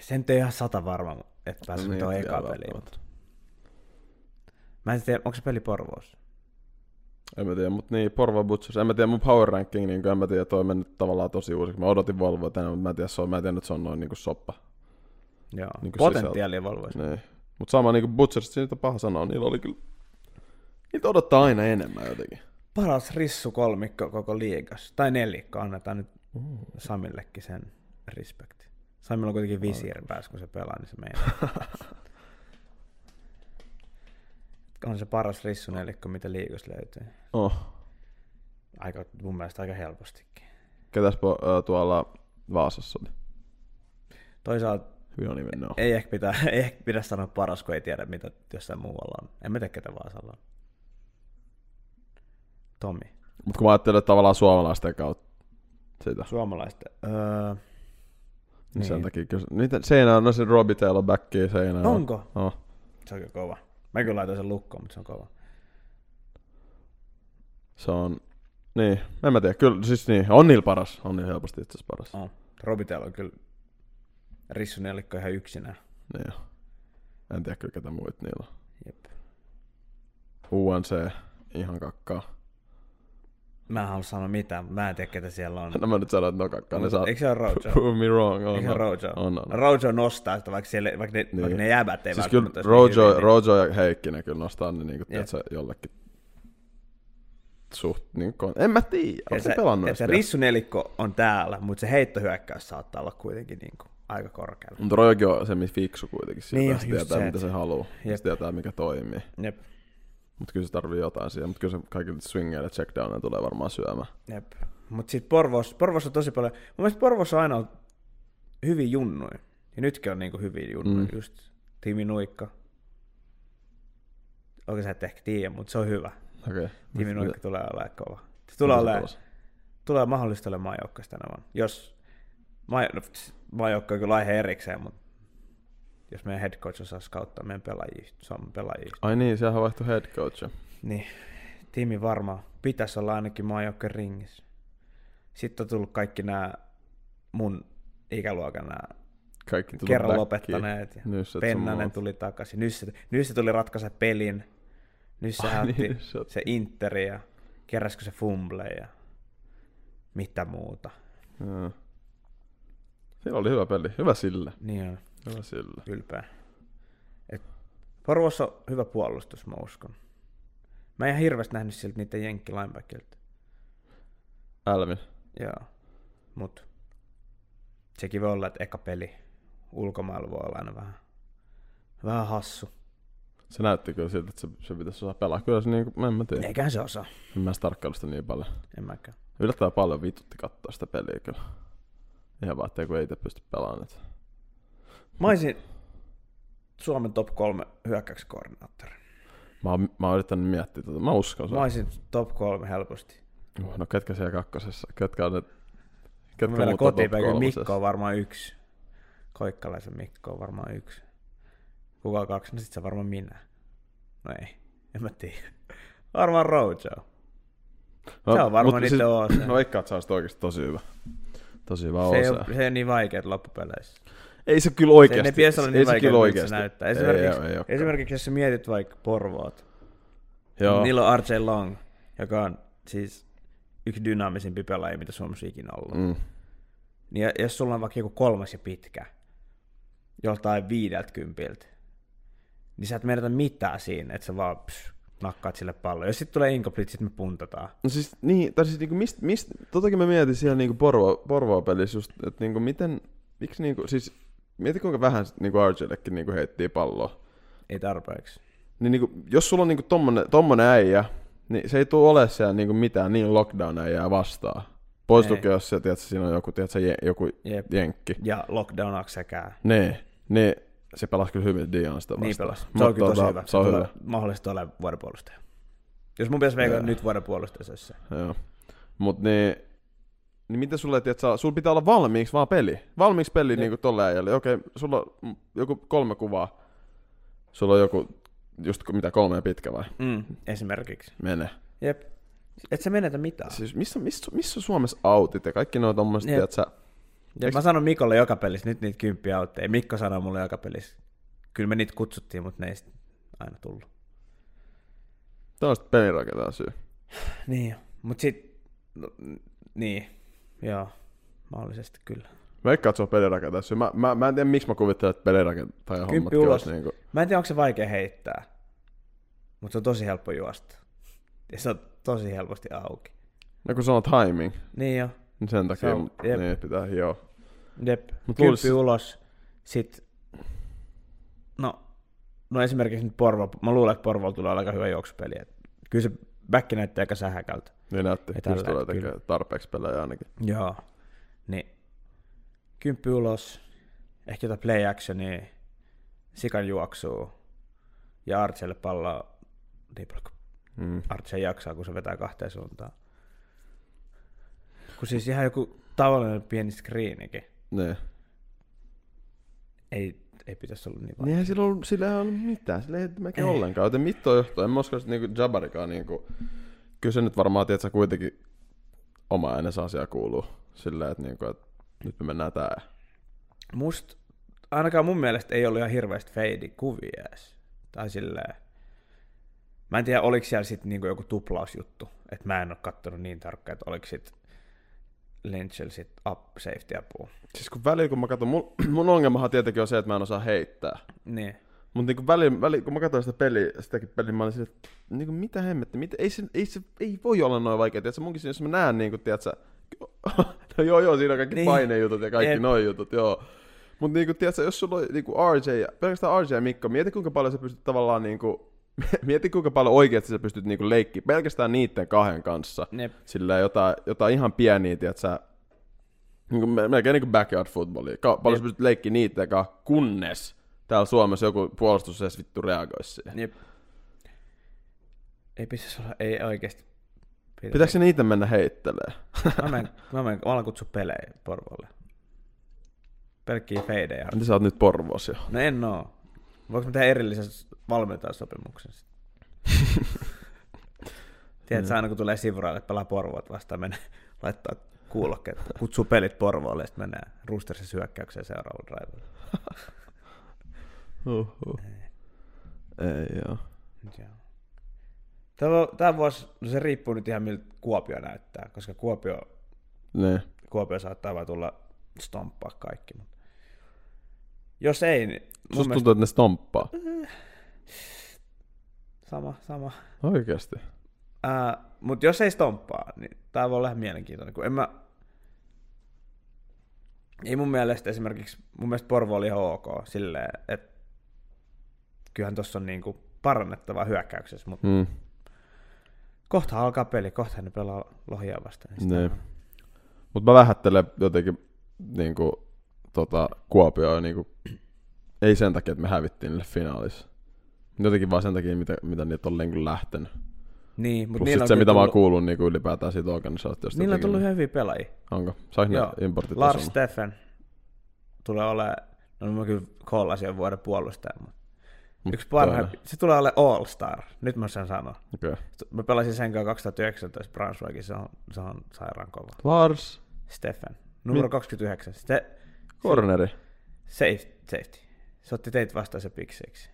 Se nyt ei ihan sata varma, että pääsee niin, tuohon ekaan peliin. Mutta... Mä en tiedä, onko se peli Porvoossa? En mä tiedä, mutta niin, Porvoo Butchers. En mä tiedä, mun power ranking, niin en mä tiedä, toi on mennyt tavallaan tosi uusiksi. Mä odotin Volvoa tänään, mutta mä en tiedä, se on, mä en tiedä, että se on noin niin kuin soppa. Joo, niin potentiaalia Volvoissa. Niin. Mutta sama niin kuin Butchers, siitä on paha sanoa, niillä oli kyllä, niitä odottaa aina enemmän jotenkin. Paras rissu kolmikko koko liigassa, tai nelikko, annetaan nyt mm. Samillekin sen respekti. Samilla on kuitenkin visiiri päässä, kun se pelaa, niin se meidän. On se paras rissu nelikko, mitä liigassa löytyy. Oh. Aika, mun mielestä aika helpostikin. Ketäs po, äh, tuolla Vaasassa oli? Toisaalta no. ei ehkä pidä, ei ehkä pidä sanoa paras, kun ei tiedä, mitä jossain muualla on. En mä tiedä, ketä Vaasalla on. Tomi. Mutta kun mä ajattelen tavallaan suomalaisten kautta sitä. Suomalaisten? Öö, niin. niin. Sen takia kyllä. Niitä Seinään, no se Robbie Taylor backia Seinään. Onko? Oh. Se on kyllä kova. Mä kyllä laitoin sen lukkoon, mutta se on kova. Se on, niin, en mä tiedä, kyllä, siis niin, on niillä paras, on niillä helposti itse asiassa paras. On. Robbie Taylor on kyllä rissu nelikko ihan yksinään. Niin jo. En tiedä kyllä ketä muut niillä on. Jep. U N C, ihan kakkaa. Mä en halua sanoa mitään, mutta mä en tiedä, ketä siellä on. No mä nyt sanon, että no kakkaa. Ne saa... Eikö se ole Rojo? Prove me wrong. On, Eikö se ole Rojo? On, on. Rojo nostaa sitä, vaikka, siellä, vaikka, ne, niin. vaikka ne jäbät ei siis välttämättä. Kyllä Rojo, niin... Rojo ja Heikkinen kyllä nostaa ne niin kuin, tiedätkö, jollekin suht, niin kuin, en mä tiedä, onko se pelannut? Se rissunelikko on täällä, mutta se heittohyökkäys saattaa olla kuitenkin niin kuin aika korkealla. Mutta Rojokin on se fiksu kuitenkin, siitä niin, se tietää se, mitä se haluaa, se tietää mikä toimii. Jep. Mutta kyllä se tarvii jotain siihen, mutta kyllä se kaikille swingeille checkdowneille tulee varmaan syömään. Jep. Mutta sitten Porvoossa, Porvoossa on tosi paljon, mun mielestä Porvoossa on aina ollut hyvin junnuja, ja nytkin on niinku hyviä junnuja, mm. just Timi Nuikka. Oikein sä et ehkä tiedä, mutta se on hyvä. Okay. Timi Nuikka tulee olemaan kova. Se tulee, ole, tulee mahdollista olemaan maajoukkoista tänä vuonna. Jos maajoukko on kyllä aihe erikseen, mutta jos meidän head coach osaa scouttaa meidän pelaajia, Suomen pelaajia. Ai niin, sehän vaihtui head coach. Niin, Timi varmaan pitäisi olla ainakin maajoukkojen ringissä. Sitten on tullut kaikki nämä mun ikäluokan nämä kerran backiin. Lopettaneet. Ja Pennanen tuli takaisin. Nyt se, nyt se tuli ratkaise pelin. Nyt se Ai otti niin, se Interi ja keräskö se fumble ja mitä muuta. Ja. Siinä oli hyvä peli. Hyvä sille. Niin on. Hyvä sille. Ylpeä. Et Porvoossa on hyvä puolustus, mä uskon. Mä en ihan hirveästi nähnyt siltä niitä jenkki linebackilta. Alvin. Joo. Mut sekin voi olla, että eka peli ulkomailla voi olla aina vähän, vähän hassu. Se näytti kyllä siltä, että se, se pitäisi osaa pelaa. Kyllä se niinku, en mä tiedä. Eiköhän se osaa. En mä tarkkailu sitä niin paljon. En mäkään. Yllättävän paljon vitutti katsoa sitä peliä kyllä. Ihan vaan, ettei kun ei itse pysty pelaamaan. Mä olisin Suomen top kolme hyökkäyksen koordinaattori. Mä oon, mä oon yrittänyt miettiä tätä. Mä uskon. Mä olisin top kolme helposti. No ketkä siellä kakkosessa? Ketkä on ne? Ketkä meillä kotipäivä Mikko on varmaan yksi. Koikkalaisen Mikko on varmaan yksi. Kuka kaksi? No sit se varmaan minä. No ei, en mä tiedä. Varmaan Rojo. No, se on varmaan niitä siis, O C. No veikkaat, sä olisit oikeesti tosi hyvä. Tosi hyvä se O C. Ei ole, se ei ole niin vaikeet loppupeleissä. Ei se kyllä oikeesti. Se, ne pitäisi olla niin vaikeet, oikeasti. Se näyttää. Esimerkiksi, ei, ei, ei esimerkiksi jos sä mietit vaikka Porvoot. Joo. Niillä on R J Long, joka on siis yksi dynaamisimpi pelaaja, mitä Suomessa ikinä ollut. Mm. Niin jos sulla on vaikka joku kolmas ja pitkä, joltain viideltä kympiltä, niin sä et menetä mitään siinä, että sä vaan psh, nakkaat sille palloon. Jos sitten tulee incomplete, sit me puntataan. No siis, niin, tai siis niinku mistä, mist, totakin mä mietin siellä niinku Porvo, Porvoa-pelissä just, että niinku miten, miksi niinku, siis mieti kuinka vähän niinku R J:llekin niinku heittiin palloa. Ei tarpeeksi. Niin niinku, jos sulla on niinku tommonen, tommonen äijä, niin se ei tule ole siellä niinku mitään niin lockdown-äijää vastaan. Pois lukee, jos siellä, tiedätkö, siinä on joku, tiedätkö, joku Jep. jenkki. Ja lockdownaksi sekään. Nee, niin se pelasi kyllä hyvin Dion sitä vastaan. Niin pelasi. Se on kyllä tosi hyvä. Se on se hyvä. Mahdollisesti ole vuodenpuolustaja. Jos mun pitäisi veikata nyt vuodenpuolustajassa. Joo. Mut niin, niin mitä sulle, tiedätkö, sulla pitää olla valmiiksi vaan peli. Valmiiksi peli niinku tolle äijälle. Okei, sulla on joku kolme kuvaa. Sulla on joku, just mitä kolme pitkä vai? Mm, esimerkiksi. Mene. Jep. Et sä menetä mitään. Siis missä, missä, missä Suomessa autit ja kaikki nuo tommoset, tiedätkö, Ja mä sanon Mikolle joka pelissä, nyt niitä kymppiä autteja. Mikko sanoi mulle joka pelissä. Kyllä me niitä kutsuttiin, mutta ne ei aina tullut. Tämä on sitten pelirakentaa syy. Niin, mutta sit, no, niin, joo, mahdollisesti kyllä. Veikkaat, se on pelirakentaa syy. Mä, mä, mä en tiedä, miksi mä kuvittelen, että pelirakentaja hommat Kymppi ulos. Niinku... Mä en tiedä, onko se vaikea heittää, mutta se on tosi helppo juosta. Ja se on tosi helposti auki. Ja kun se on timing, niin jo. niin sen takia on, jep. niin pitää hioa. Jep, Mut kymppi luulis... ulos, sit, no, no esimerkiksi nyt Porvo, mä luulen, että Porvolla tulee aika hyvä juoksupeli. Et kyllä se backi näyttää aika sähäkältä. Niin näytti, Ja just tällä, tulee tekemään tarpeeksi pelejä ainakin. Joo, niin kymppi ulos, ehkä jotain play actionia, sikan juoksua ja Archelle palloa, niin paljon Mm. Archie jaksaa, kun se vetää kahteen suuntaan. Kun siis ihan joku tavallinen pieni screenikin. Niin. Ei, ei pitäisi olla niin vaikea. Niinhän sillä, ollut, sillä ei ollut mitään, sillä ei mäkin ollenkaan. Joten mitto johtuu, en mä usko, että niinku Jabarikaan niinku... Kyllä se nyt varmaan, tiedät sä kuitenkin oma äänensä asia kuuluu. Silleen, että niinku, et nyt me mennään tää. Must, ainakaan mun mielestä ei ollut ihan hirveästi fade kuvia edes. Tai silleen... Mä en tiedä, oliko siellä sitten niinku joku tuplausjuttu. Että mä en oo kattonut niin tarkkaan, että oliko sit Lynchillä sit up safety apua. Siis kun väliin, kun mä katson, mun, mun ongelmahan tietenkin on se, että mä en osaa heittää. Niin. Mutta niinku väliin, väliin, kun mä katson sitä peliä, sitäkin peliä, mä olin sille, että niinku, mitä hemmettä, mitä, ei, se, ei, se, ei voi olla noin vaikea. Tiedätkö, munkin jos mä näen, niinku, tiedätkö, no joo joo, siinä on kaikki niin. painejutut ja kaikki noin jutut, joo. Mutta niinku, tiedätkö, jos sulla on niinku R J, pelkästään R J ja Mikko, mieti kuinka paljon sä pystyt tavallaan niinku, mieti kuinka paljon oikeasti sä pystyt niinku leikkiä pelkästään niitten kahden kanssa. Jep. Sillä jotain, jotain ihan pieniä, tiedätkö, niinku, melkein niinku backyard footballia. Ka- paljon Jep. sä pystyt leikkiä niitten kanssa, kunnes täällä Suomessa joku puolustus edes vittu reagoisi siihen. Jep. Ei pitäisi olla, ei oikeesti. Pitäisi. Pitääkö se niitä mennä heittelee? mä menen, mä menen, mä alan kutsua pelejä Porvolle. Pelkkiä feidejä. Mitä sä oot nyt Porvoos jo? No en oo. Voinko mä tehdä erillisen valmentajasopimuksen? Tiedätkö, aina kun tulee sivuraille, pelaa Porvoot vastaan, menee laittaa kuulokkeet, kutsuu pelit Porvoolle ja sitten menee Roostersin hyökkäykseen seuraavalla drivella. Uhuh. Ei, ei joo. Tämä vuosi, no se riippuu nyt ihan miltä Kuopio näyttää, koska Kuopio, ne. Kuopio saattaa vaan tulla stomppaa kaikki. Mutta jos ei, niin susta tuntuu, että ne stomppaa? Sama, sama. Oikeasti? Uh, mutta jos ei stomppaa, niin tämä voi olla ihan mielenkiintoinen. Kun en mä... Ei mun mielestä esimerkiksi, mun mielestä Porvo oli ihan ok silleen, että kyllähän tuossa on niinku parannettavaa hyökkäyksessä, mutta mm. kohta alkaa peli, kohta ne pelaa Lohia vastaan. Niin. Mutta mä vähättelen jotenkin niinku, tota, Kuopioa, niinku, ei sen takia, että me hävittiin niille finaalissa. Jotenkin vaan sen takia, mitä, mitä niitä on niinku lähtenyt. Niin, mutta plus se, mitä tullut... mä oon kuullut niinku ylipäätään siitä organisaatiosta. Niillä on tullut ihan hyviä pelaajia. Onko? Saiko ne importit Lars osumaan? Steffen tulee olemaan, no mä kyllä kollasin jo vuoden puolustaja, mutta Mut yksi parha, se tulee olemaan All-Star, nyt mä sen sanon. Okay. Mä pelasin sen kanssa kaksituhattayhdeksäntoista Braunschweigissa, se on, se on sairaan kova. Lars Steffen, numero Mi- kaksikymmentäyhdeksän. Ste- Corneri. Safe, safety. Se otti teitä vastaan se pikseiksi.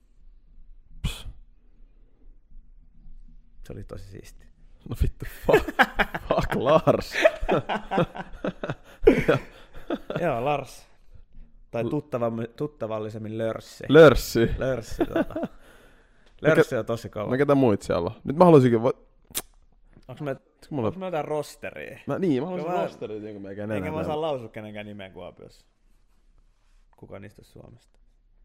Se oli tosi siisti. No vittu, fuck, fuck Lars. Joo, Lars. Tai tuttavallisemmin Lörssi. Lörssi. Lörssi, tota. Lörssi on tosi kova. Mä ketä muit siellä on? Nyt mä haluaisinkin... Vo... Onks me, mulla... onks me jotain rosteria? Mä, niin, mä haluaisin rosteria, niin kuin meikä enää. Enkä mä saa lausua kenenkään nimeä Kuopiossa. Kuka niistä Suomesta?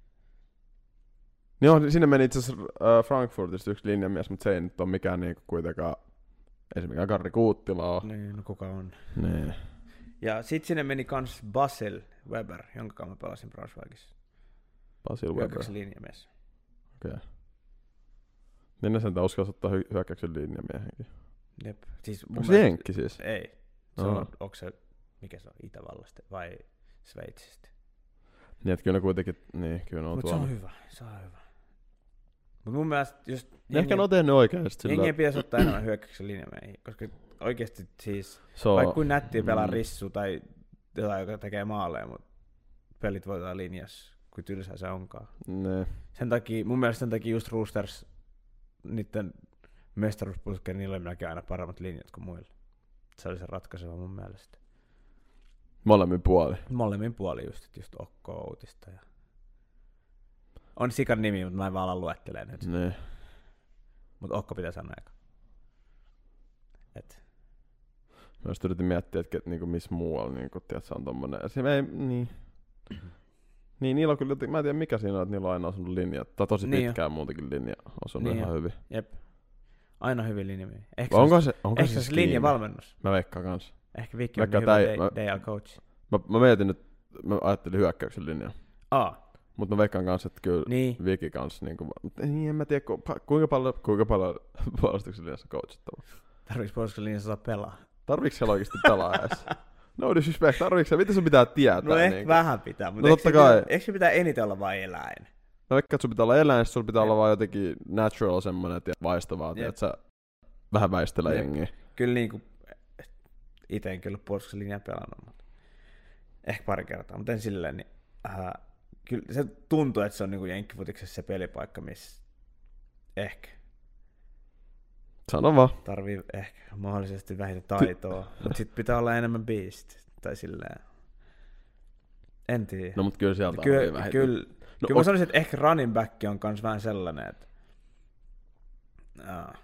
Joo, sinne meni itse asiassa äh, Frankfurtista yksi linjamies, mutta se ei nyt ole mikään niinku kuitenkaan, ei se mikään Karri Kuuttila ole. Niin, no kuka on. Niin. Ja sit sinne meni kans Basil Weber, jonka kanssa mä pelasin Braunschweigissa. Basil Weber. Hyökkäyksen linjamies. Okei. Okay. Niin ne sentään uskalsi ottaa hy- hyökkäyksen linjamiehenkin. Jep. Siis onko se jenkki siis? Ei. Se on, onko se, mikä se on, Itävallasta vai Sveitsistä? Niin, että kyllä ne kuitenkin, niin kyllä ne on Mut tuolla. Mutta se on hyvä, se on hyvä. Mutta mun mielestä just... Jengi, ehkä ne on tehnyt oikeasti sillä... Jengi pitäisi ottaa enemmän hyökkäyksen linjamiehiä, koska oikeasti siis, so, vaikka kuin nättiä pelaa mm. rissu tai jotain, joka tekee maaleja, mutta pelit voitetaan linjassa, kuin tylsää se onkaan. Ne. Sen takia, mun mielestä sen takia just Roosters, niiden mestaruusputkeen, niillä oli melkein aina paremmat linjat kuin muilla. Se oli se ratkaiseva mun mielestä. Molemmin puoli. Molemmin puoli just, että just Okko Outista. Ja... On sikan nimi, mutta mä en vaan ala luettelemaan nyt. Ne. Mutta Okko pitää sanoa eka. Et. Mä just yritin miettiä, että niinku missä muualla niinku, tiedät, se on tommonen. Se ei, niin. Niin, niillä on kyllä, mä en tiedä mikä siinä on, että niillä on aina osunut linja. Tai tosi niin pitkään jo. Muutenkin linja osunut niin ihan jo. Hyvin. Jep. Aina hyvin linjamia. Ehkä onko se, onko ehkä se, se linjavalmennus? Mä veikkaan kans. Ehkä Vikki on hyvä day, mä, day coach. Mä, mä mietin nyt, mä ajattelin hyökkäyksen linjaa. Aa. Mut mä veikkaan kans, että kyllä niin. Viki kans niinku, niin en mä tiedä kuinka paljon, kuinka paljon puolustuksen linjassa coachittava. Tarviiks puolustuksen linjassa saa pelaa? Tarviiks siellä oikeesti pelaa edes? No disrespect, tarviiks se? Mitä sun pitää tietää? No ehkä niin vähän pitää, mutta no, eikö, kai. eikö se pitää eniten olla vain eläin? No vaikka sun pitää olla eläin, sulla pitää olla vaan jotenkin natural semmonen ja vaistavaa, että sä vähän väistelee jengiä. Kyllä niinku, ite en kyllä puolustuksen linjaa pelannut, mutta ehkä pari kertaa, mutta en silleen, niin äh, kyllä se tuntuu, että se on niinku jenkkifutiksessa se pelipaikka, missä ehkä sano vaan. Tarvii ehkä mahdollisesti vähiten taitoa, mutta sit pitää olla enemmän beast, tai silleen. En tiedä. No mut kyllä sieltä Ky- on vähiten. Kyllä, no, kyllä mä sanoisin, että ehkä running back on kans vähän sellainen, että uh,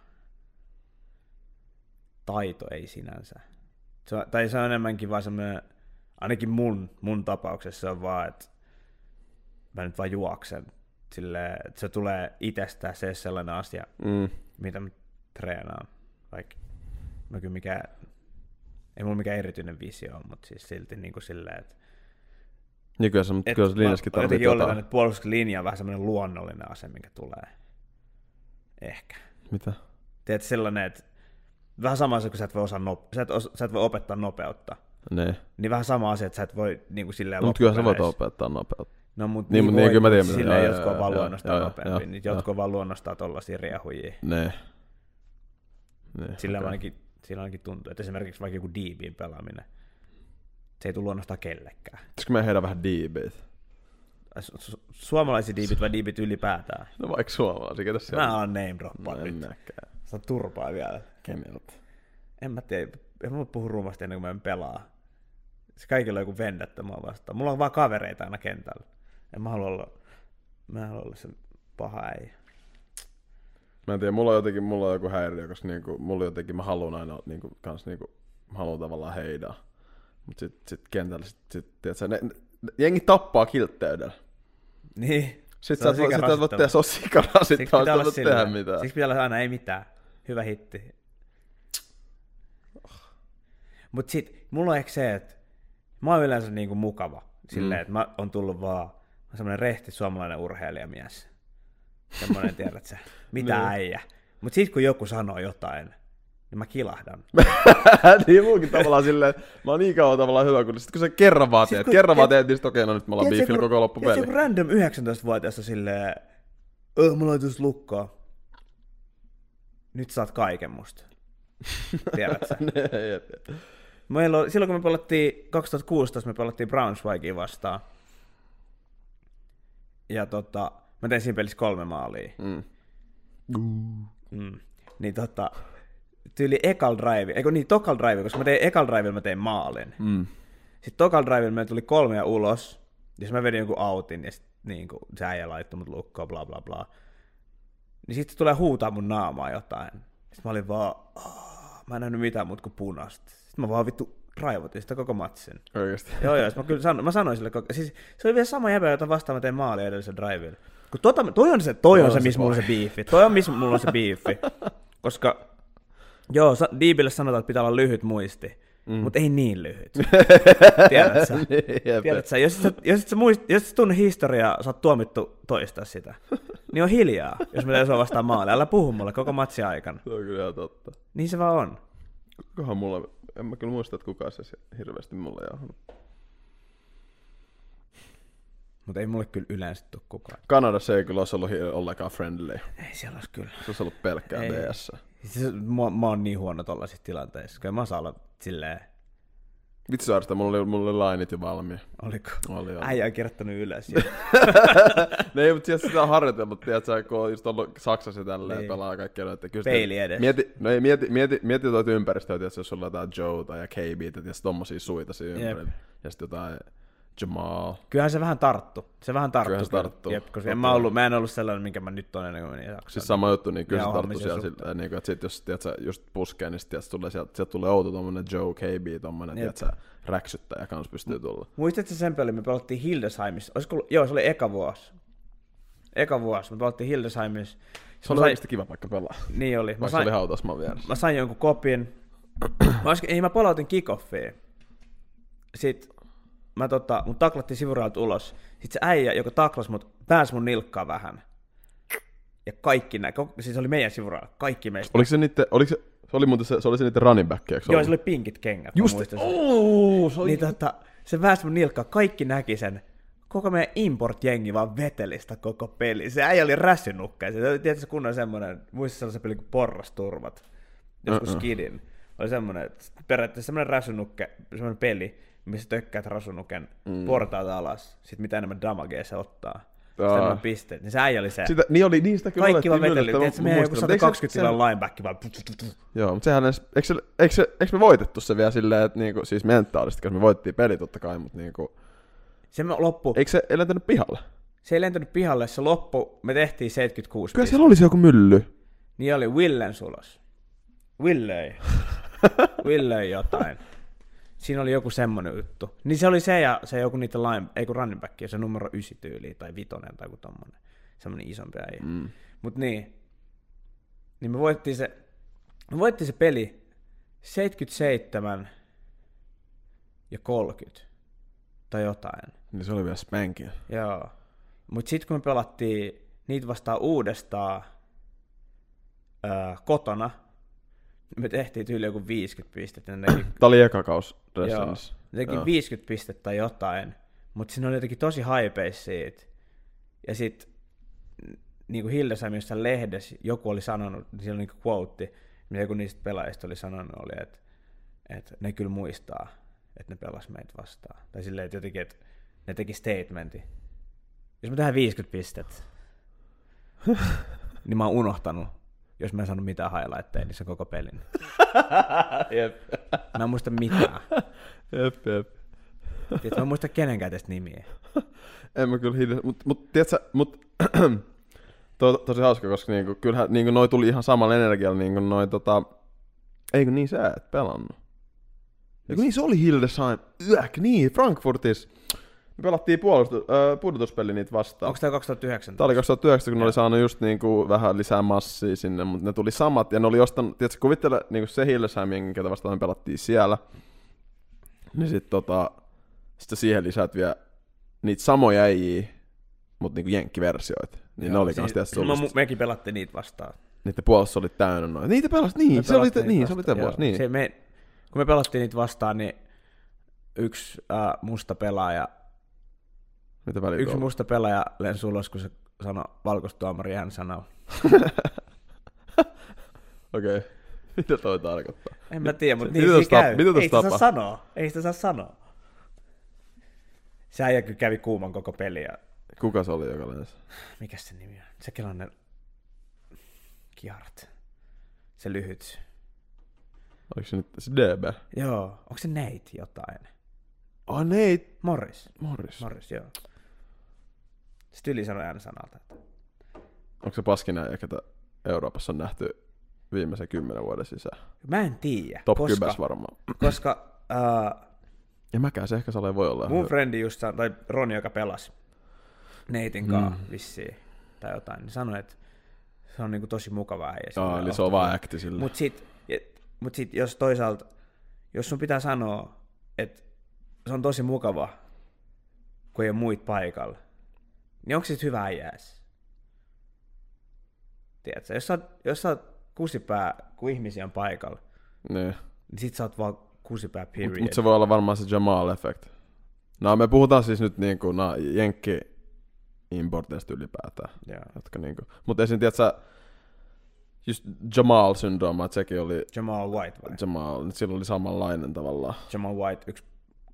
taito ei sinänsä. Se on, tai se on enemmänkin vaan semmoinen, ainakin mun, mun tapauksessa se on vaan, että mä nyt vaan juoksen. Silleen, että se tulee itsestään se sellainen asia, mm. mitä mä treenaan. Vaikka mä kyllä mikään, ei mulla mikään erityinen visio on, mutta siis silti niin kuin silleen, että niin kyllä se, mutta kyllä se linjaskin tarvitsee jotain. Oletan, että puolustuslinja on vähän semmoinen luonnollinen ase, mikä tulee. Ehkä. Mitä? Tiedätkö sellainen, että vähän sama asia, kun sä et voi, osaa nope- sä et, os- sä et voi opettaa nopeutta. Ne. Niin vähän sama asia, että sä et voi niin kuin silleen no, mutta kyllä sä voit opettaa nopeutta. No mutta niin, niin, niin, voi, mä tiedän, silleen joo, jotkut on vaan joo, luonnostaan joo, nopeampi, joo, niin joo. jotkut on vaan luonnostaan tollaisia riehujia. Ne. Ne. Sillä okay. ainakin, sillä ainakin tuntuu, että esimerkiksi vaikka joku D B:n pelaaminen, se ei tule luonnostaan kellekään. Pitäisikö me heidän vähän D B:t? Su- suomalaisia D B:t vai D B:t ylipäätään? No vaikka suomalaisia, ketä siellä? Mä oon name droppaa no, nyt. Se on turpaa vielä. Keneltä? En mä tiedä, en mä puhu rumasti ennen kuin mä en pelaa. Se kaikilla on joku vendettä mua vastaan. Mulla on vaan kavereita aina kentällä. En mä halua olla, mä en halua olla se paha äijä. Mä en tiedä, mulla on jotenkin, mulla on joku häiriö, koska niinku, mulla jotenkin, mä haluan aina niinku, kans niinku, mä haluan tavallaan heidaa. Mut sit, sit kentällä, sit, sit tiiätkö, ne, ne, jengi tappaa kiltteydellä. Niin. Sit sä voit tehdä, se on sikarasittavaa, sä voit tehdä mitään. Siksi pitää olla aina, ei mitään. Hyvä hitti. Mut sit, mulla on ehkä se, että mä oon yleensä niinku mukava. Silleen, mm. että mä oon tullut vaan semmonen rehti suomalainen urheilijamies. Semmonen, tiedät sä, mitä niin. äijä. Mut sit kun joku sanoo jotain, niin mä kilahdan. Niin muukin tavallaan silleen, mä oon niin kauan tavallaan hyvä, kun sit kun sä kerran vaan teet, kerran vaan teet, niin sit okei, no nyt me ollaan biifillä koko loppupeli. Tiedätkö, joku random yhdeksäntoistavuotias on silleen, öö, mulla on tuossa lukkoa. Nyt saat kaiken musta. Tiedät sä? Meillä oli, silloin kun me pelattiin kaksituhattakuusitoista, me pelattiin Braunschweigia vastaan. Ja tota, mä tein siinä pelissä kolme maalia. Mm. Mm. Niin tota, tyyli ekal drive, eikö niin, tokal drive, koska mä tein ekal drivella mä tein maalin. Mm. Sitten tokal drivella meillä tuli kolme ja ulos, ja mä vedin jonkun autin, ja sit niinku, se äijä laittoi mut lukkoon, bla bla bla. Niin sitten tulee huutaa mun naamaa jotain. Sitten mä olin vaan, mä en nähnyt mitään muuta kuin punasta. Sitten mä vaan vittu raivotin sitä koko matsin. Oikeesti? Joo, joo, mä kyllä sanoin, mä sanoin sille koko, siis se oli vielä sama jäbä, jota vastaan mä tein maali edellisen drivella. Kun tota, toi on se, toi on se, missä mulla on se biifi. Toi on, missä mulla on se biifi. Koska, joo, D B:lle sanotaan, että pitää olla lyhyt muisti, mm. mutta ei niin lyhyt. Tiedätkö sä? Tiedätkö sä? Jos et sä, jos et sä, muist, jos et sä tunne historiaa, sä oot tuomittu toistaa sitä. Niin on hiljaa, jos mä teen sua vastaan maali. Älä puhu mulle koko matsin aikana. Se on kyllä ihan totta. Niin se vaan on. Kukahan mulla, en mä kyllä muista, että kukaan se hirveästi mulle jauhannut. Mutta ei mulle kyllä yleensä tule kukaan. Kanadassa ei kyllä olisi ollut ollenkaan friendly. Ei siellä olisi kyllä. Se olisi ollut pelkkää D S. Siis, mä, mä oon niin huono tollaisissa tilanteissa, kun mä saan olla silleen, Vitsisuorista mulla oli, mulla oli lainit jo valmiin. Oliko? Oli, oli. Äijä on kirjoittanut ylös. Ne ei, mutta sieltä sitä on harjoitellut, tiedätkö, kun on just ollut Saksassa tälleen niin. Pelaa kaikkea noita. Peili edes. Mieti, no ei, mieti, mieti, mieti tuota ympäristöä, tiedätkö, jos sulla on jotain Joeta ja K B:tä, tiedätkö, tommosia suita siinä ympärillä. Ja sitten jotain Jamal. Kyllähän se vähän tarttu. Se vähän tarttu. Kyllähän se tarttu. Jep, koska en mä, ollut, mä en ollut sellainen, minkä mä nyt on ennen kuin menin Saksaan. Siis sama juttu, niin kyllä se tarttu siellä sillä, niin kuin, että sit jos tiedätkö, just puskee, niin sit, tulee, sieltä, sieltä tulee outo tommonen Joe K B, tommonen, tiedätkö, räksyttäjä kans pystyy tulla. Muistatko sen pelin, me pelattiin Hildesheimissa? Olisiko, joo, se oli eka vuosi. Eka vuosi, me pelattiin Hildesheimissa. Se oli oikeasti kiva paikka pelaa. Niin oli. Vaikka se oli hautausmaan vieressä. Mä sain jonkun kopin. mä, olis, ei, mä palautin kick-offiin. Sitten mä tota, mut taklattiin sivurailta ulos. Sitten se äijä, joka taklasi mut, pääsi mun nilkkaa vähän. Ja kaikki näin, siis se oli meidän sivurailla, kaikki meistä. Oliko se niitten, oliko se, se oli muuten se, se oli se niitten running back, eikö se Joo, se oli pinkit kengät. Just, ooo, se oli... Niin tota, se pääsi mun nilkkaa, kaikki näki sen. Koko meidän import-jengi vaan veteli sitä koko peli. Se äijä oli rässynukkeja. Se oli tietysti kunnon semmoinen, muistin sellaisen pelin kuin Porrasturvat, joskus uh-uh. Skidin. Oli semmoinen, periaatteessa semmoinen rässynukke, semmoinen peli, missä tökkäät rasunuken mm. portaalta alas. Sitten mitä enemmän damagea se ottaa. Sitä enemmän pisteet. Niin se äijä oli se. Sitä, niin oli, niistä kyllä kaikki vaan veteli. Tiedätkö, meidän joku sata kaksikymmentä kiloa lineback vaan. Joo, mutta sehän, eikö, eikö, eikö me voitettu se vielä silleen, että niinku, siis mentaalisesti, koska me voittiin peli totta kai, mutta niinku... Se loppu. Eikö se ei lentänyt pihalle? Se ei lentänyt pihalle, se loppu, me tehtiin seitsemänkymmentäkuusi kyllä siellä oli se joku mylly. Niin oli Willen sulos. Willei. Willei jotain. Siinä oli joku semmonen juttu. Niin se oli se ja se joku niitä line, ei kun running back, se numero ysi tyyliin tai vitonen tai joku tommonen. Semmonen isompi äijä. Mm. Mut niin. Niin me voittiin se, me voittiin se peli seitsemänkymmentäseitsemän ja kolmekymmentä. Tai jotain. Niin se oli vielä spankia. Joo. Mut sit kun me pelattiin niitä vastaan uudestaan öö, kotona, me tehtiin tyyli joku viisikymmentä pistettä. Teki... Tää oli eka kaus. Joo. Ne teki Joo. viisikymmentä pistettä tai jotain. Mut siinä oli jotenkin tosi haipeis siitä. Ja sit niinku Hildesheim jossain lehdessä joku oli sanonut, siellä oli niinku quote, mitä joku niistä pelaajista oli sanonut, oli, että et ne kyllä muistaa, että ne pelas meitä vastaan. Tai silleen, että jotenkin, että ne teki statementin. Jos me tehdään viisikymmentä pistettä, niin mä oon unohtanut, jos mä en saanut mitään highlightteja, niin se koko pelin. Jep. Mä en muista mitään. Jep, jep. Tiedätkö, mä en muista kenenkään tästä nimiä. En mä kyllä hiljaa, mutta mut, tiedätkö, mut, to, tosi hauska, koska niinku, kyllähän niinku, noi tuli ihan samalla energialla, niinku noi tota, eikö niin sä et pelannut? Eikö niin se oli Hildesheim, yäk, niin, Frankfurtis. Me pelattiin puolustu, äh, pudotuspeli niitä vastaan. Onko tämä kaksituhattayhdeksäntoista? Tämä oli kaksituhattayhdeksäntoista, kun ne oli saanut just niinku vähän lisää massia sinne, mutta ne tuli samat, ja ne oli ostanut, tiedätkö, kuvittele niinku se Hildesheim, ketä vastaan me pelattiin siellä, niin sit tota, sit siihen lisäät vielä niitä samoja äijiä, mutta niinku jenkkiversioita. Niin ne oli kans tietysti sullista. Mekin pelattiin niitä vastaan. Niiden puolessa oli täynnä noin. Niitä pelasi, niin, se oli, te, niin, se oli te vuosi, niin. Se me, kun me pelattiin niitä vastaan, niin yksi äh, musta pelaaja, Mitä väliä yksi tuolla? musta pelaaja lensi ulos, kun se sanoi valkoistuomari, hän sanoi. Okei, okay. Mitä toi tarkoittaa? En mä tiedä, mutta niin se käy. Mitä ei sitä saa sanoa, ei sitä saa sanoa. Se äijä kyllä kävi kuuman koko peliä. Kuka se oli, joka lensi? Mikäs se nimi on? Se kellainen Kiart. Se lyhyt. Oliko se nyt se D B? Joo, onko se Nate jotain? Oh, Nate. Morris. Morris. Morris, joo. Sitten yli sanoi äänesanalta. Onko se paskin äijä, ketä Euroopassa on nähty viimeisen kymmenen vuoden sisään? Mä en tiedä. Top kybäs varmaan. Koska... Uh, ja mäkään se ehkä sale voi olla. Mun frendi just, tai Roni, joka pelasi Natein kaa mm. vissiin, tai jotain, niin sanoi, että se on niinku tosi mukavaa. Joo, eli se on vaan äkti sille. Mut sit, mut sit jos toisaalta, jos sun pitää sanoa, että se on tosi mukava, kun ei ole muita paikalla, niin onko se sit hyvä äijääs? Tiedätkö, jos sä oot, jos sä oot kusipää, kun ihmisiä on paikalla, niin, niin sit sä oot vaan kusipää period. Mutta mut se voi olla varmaan se Jamal-effekt. No me puhutaan siis nyt niinku, no, jenkki-importeista ylipäätään. Yeah. Jotka niinku, mutta esim. Tiedätkö, just Jamal-syndrooma, että sekin oli... Jamal White vai? Jamal, sillä oli samanlainen tavallaan. Jamal White, yksi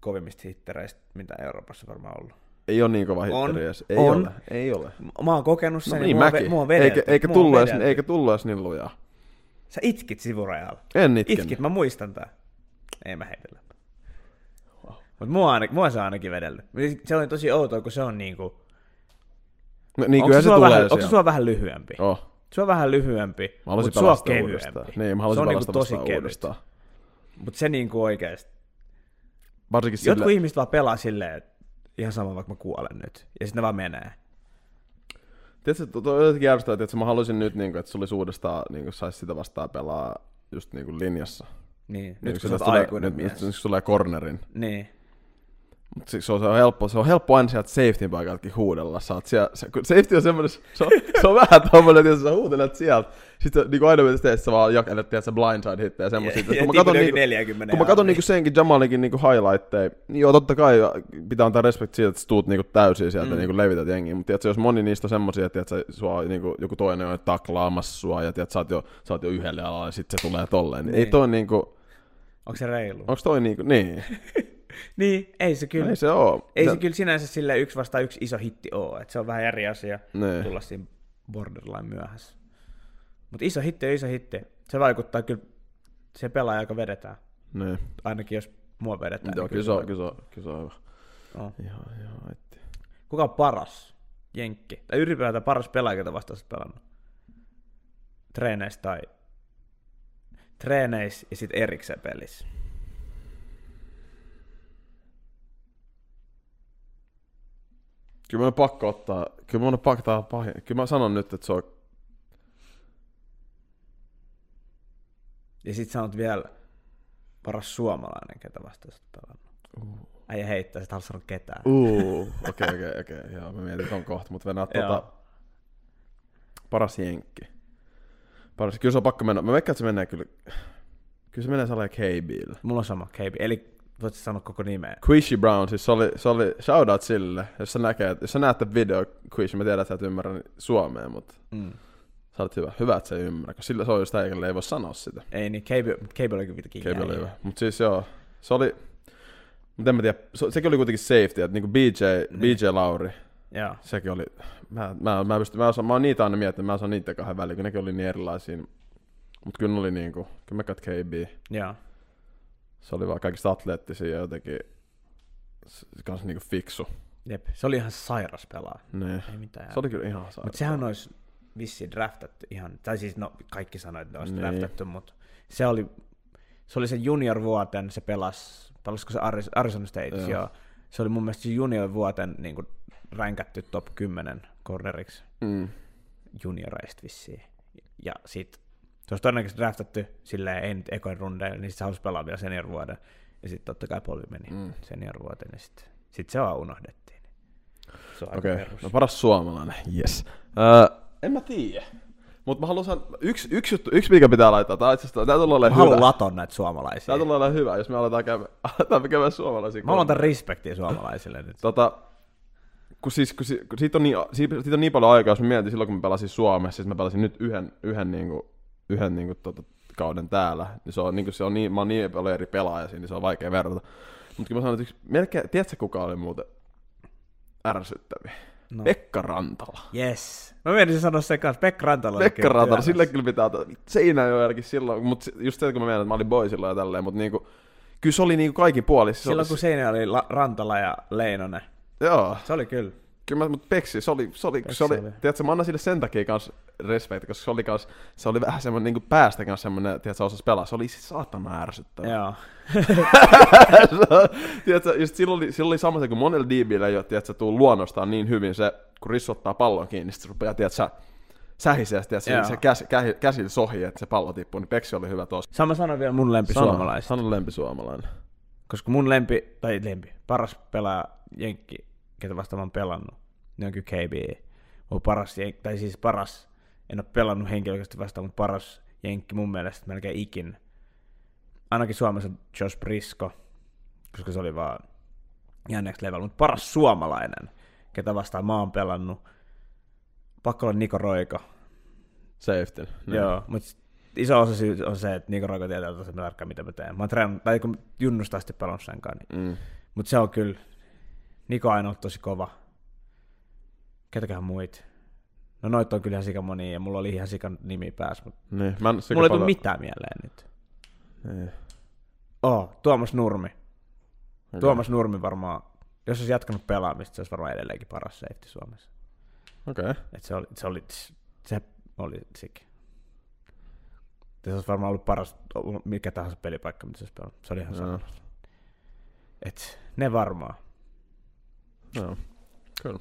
kovimmista hittereistä, mitä Euroopassa varmaan ollut. Ei ole niin kova hitteri edes. Ei on. ole. Ei ole. Mä oon kokenut sen, no niin, mua, mäkin. mua on vedelty. Eikä, eikä, tullut edes, eikä tullut edes niin lujaa. Sä itkit sivurajalla. En itken. Itkit, mä muistan tää. Ei mä heitellä. Wow. Mut mua, ainakin, mua se on ainakin vedellyt. Se on tosi outoa, kun se on niinku... No, niin onko se, se tulee vähän, onko se sua vähän lyhyempi? Oh. Se on vähän lyhyempi, mutta se on kevyempi. Niin, mä haluaisin se on niinku tosi kevyt. Mutta se niinku oikeesti. Varsinkin jotkut sille... ihmiset vaan pelaa silleen, että ihan sama vaikka mä kuolen nyt. Ja sitten ne vaan menee. Tiedätkö, tuo on jotenkin järjestöä, että mä haluaisin nyt, niin kuin, että sulla olisi uudestaan, niin kuin, saisi sitä vastaan pelaa just niin kuin linjassa. Niin, niin nyt kun sä oot aikuinen mies. Nyt kun tulee cornerin. Niin. Mutta se, se, on helppo, se on helppo aina sieltä safetyn paikaltakin huudella. Sä oot siellä, se, safety on semmoinen, se on, se on vähän tommoinen, että sä huutelet sieltä. Sitten niin kuin aina mitä teet, sä vaan jakelet, tiedät sä blindside hittejä ja semmoisia. Ja, ja kun mä katon, niinku, kun mä katon niinku senkin Jamalikin niinku highlightteja, niin joo totta kai pitää antaa respekt siitä, että sä tuut niinku täysin sieltä mm. niinku levität jengiä. Mutta tiedätkö, jos moni niistä on semmoisia, että tiedätkö, sua, niinku, joku toinen on taklaamassa sua ja tiedätkö, sä, oot jo, sä oot jo yhdelle alalla ja sitten se tulee tolleen. Niin. Ei toi niinku... Onko se reilu? Onko toi niinku... Niin. Niin, ei se kyllä. Ei se oo. Ei se, se kyllä sinänsä sille yksi vastaan yksi iso hitti oo. Et se on vähän eri asia ne. Tulla siinä borderline myöhässä. Mutta iso hitti on iso hitti. Se vaikuttaa kyllä, se pelaaja aika vedetään. Ne. Ainakin jos mua vedetään. Joo, kyllä se on, kyllä se on hyvä. No. Ihan, ihan aitti. Kuka on paras jenkki? Tai ylipäätään paras pelaaja, ketä vastaan olet pelannut? Treeneissä tai... Treeneissä ja sitten erikseen pelissä. Kyllä mä on pakko ottaa, kyllä mä on pakko ottaa pahin. Kyllä mä sanon nyt, että se on... Ja sit sanot vielä paras suomalainen, ketä vastaan olet pelannut. Uh. Äijä heittää, sit haluaa sanoa ketään. Uh, okei, okei, okei. Joo, mä mietin ton kohta, mutta mennään tuota... Paras jenkki. Paras, kyllä se on pakko mennä. Mä veikkaan, että se menee kyllä... Kyllä se menee sellainen K B:lle. Mulla on sama K B, eli voit sanoa koko nimeä. Quishy Brown, siis se oli, se oli shoutout sille, jos sä, näkee, jos sä näet tämän video, Quishy, mä tiedän, että sä et ymmärrä suomea, mutta mm. sä olet hyvä. Hyvä, että sä ei ymmärrä, koska sillä se on just äikälle, ei voi sanoa sitä. Ei niin, K B, K B oli kyllä vitäkin. K B oli hyvä, mutta siis joo, se oli, mutta en mä tiedä, se, sekin oli kuitenkin safety, että niinku B J, niin. B J Lauri, joo. Sekin oli, mä, mä, mä, pystyn, mä, osaan, mä oon niitä aina miettinyt, mä osaan niiden kahden väliin, kun nekin oli niin erilaisia, mutta kyllä ne oli niinku, kyllä mä kat K B. Joo. Se oli vaan kaikista atleettisia ja jotenkin kans niinku fiksu. Jep, se oli ihan sairas pelaa. Ne. Ei mitään. Se oli kyllä ihan sairas. Mutta sehän olisi vissiin draftattu ihan, tai siis no kaikki sanoivat, että ne olisi niin. draftattu, mutta se oli, se oli se junior-vuoten, se pelasi, pelasiko se Arizona State, joo. joo. Se oli mun mielestä se junior-vuoten niin kuin ränkätty top kymmenen corneriksi mm. junioreista vissiin. Ja sit se olisi todennäköisesti draftattu silleen, ei nyt ekoin rundeilla, niin sit se halusi pelaa vielä senior-vuoden. Ja sitten totta kai polvi meni mm. senior-vuoteen, ja sitten sit se vaan unohdettiin. Okei, okay. No paras suomalainen, yes. Öö, en mä tiedä. Mutta mä haluan sanoa, yksi, yksi juttu, yksi mikä pitää laittaa, tää itse asiassa, tää tulee olemaan hyvä. Mä haluan laton näitä suomalaisia. Tää tulee olemaan hyvä, jos me aletaan käydä, aletaan käydä suomalaisia. Mä haluan tämän respektiä suomalaisille nyt. Tota, kun, siis, kun, kun siitä, on niin, siitä, siitä on niin paljon aikaa, jos mä mietin silloin, kun mä pelasin Suomessa, siis mä pelasin nyt yhden, yhden, niinku, yhden niinku, tota, kauden täällä, niin se on, niinku, se on niin, mä oon niin paljon eri pelaaja siinä, niin se on vaikea verrata. Mutta kun mä sanoin, että melkein, tiedätkö kuka oli muuten ärsyttäviä? No. Pekka Rantala. Yes. Mä menisin sanoa sen kanssa. Pekka Rantala. Pekka Rantala, sille kyllä pitää ottaa. Seinäjoellakin silloin, mutta just se, kun mä mietin, että mä olin boy silloin ja tälleen, mutta niinku, kyllä se oli niinku kaikin puolissa. Silloin oli... kun Seinäjoella oli La- Rantala ja Leinonen. Joo. Se oli kyllä. Kyllä mä, mutta Peksi, se oli, se oli, Peksi se oli, oli. Tiedätkö, mä annan sille sen takia kanssa respekti, koska se oli, kans, se oli vähän semmoinen niin kuin päästä kanssa semmoinen, tiedätkö, se osasi pelaa, se oli siis saatana ärsyttävä. Joo. Tiedätkö, just silloin oli, silloin oli sama se, kun monella D B:llä ei ole, tiedätkö, tuu luonnostaan niin hyvin se, kun Rissu ottaa pallon kiinni, niin sitten se rupeaa, tiedätkö, sähisee, tiedätkö, se käs, kä, käsillä sohi, että se pallo tippuu, niin Peksi oli hyvä tossa. Sama sanon vielä mun lempi sano, suomalaista. Sano lempi suomalainen. Koska mun lempi, tai lempi, paras pelaaja jenkki, ketä vasta mä oon pelannut, ne on kyllä K B. On paras, tai siis paras, en ole pelannut henkilökohtaisesti vastaan, mutta paras jenkki mun mielestä melkein ikin. Ainakin Suomessa Josh Brisco, koska se oli vaan ihan next level, mutta paras suomalainen, ketä vastaan mä oon pelannut. Pakko olla Niko Roiko. Safety. No. Joo, mutta iso osa syy on se, että Niko Roiko tietää tosi tarkkaan, mitä mä teen. Mä oon treenannut, tai kun junnusta asti pelannut senkaan, niin mm. Mutta se on kyllä, Niko on aina ollut tosi kova. Ketäköhän muit? No noit on kyllä ihan sikan monia ja mulla oli ihan sikan nimi päässä, mutta Niin, mä en, mulla ei paljon... tule mitään mieleen nyt. Niin. Oh, Tuomas Nurmi. Okay. Tuomas Nurmi varmaan, jos olisi jatkanut pelaamista, se olisi varmaan edelleenkin paras safety Suomessa. Okei. Okay. Et se oli, se oli, se oli sikin. Se olisi varmaan ollut paras, mikä tahansa pelipaikka, mitä se olisi pelannut. Se oli ihan sama. Et ne varmaan. Joo, kyllä.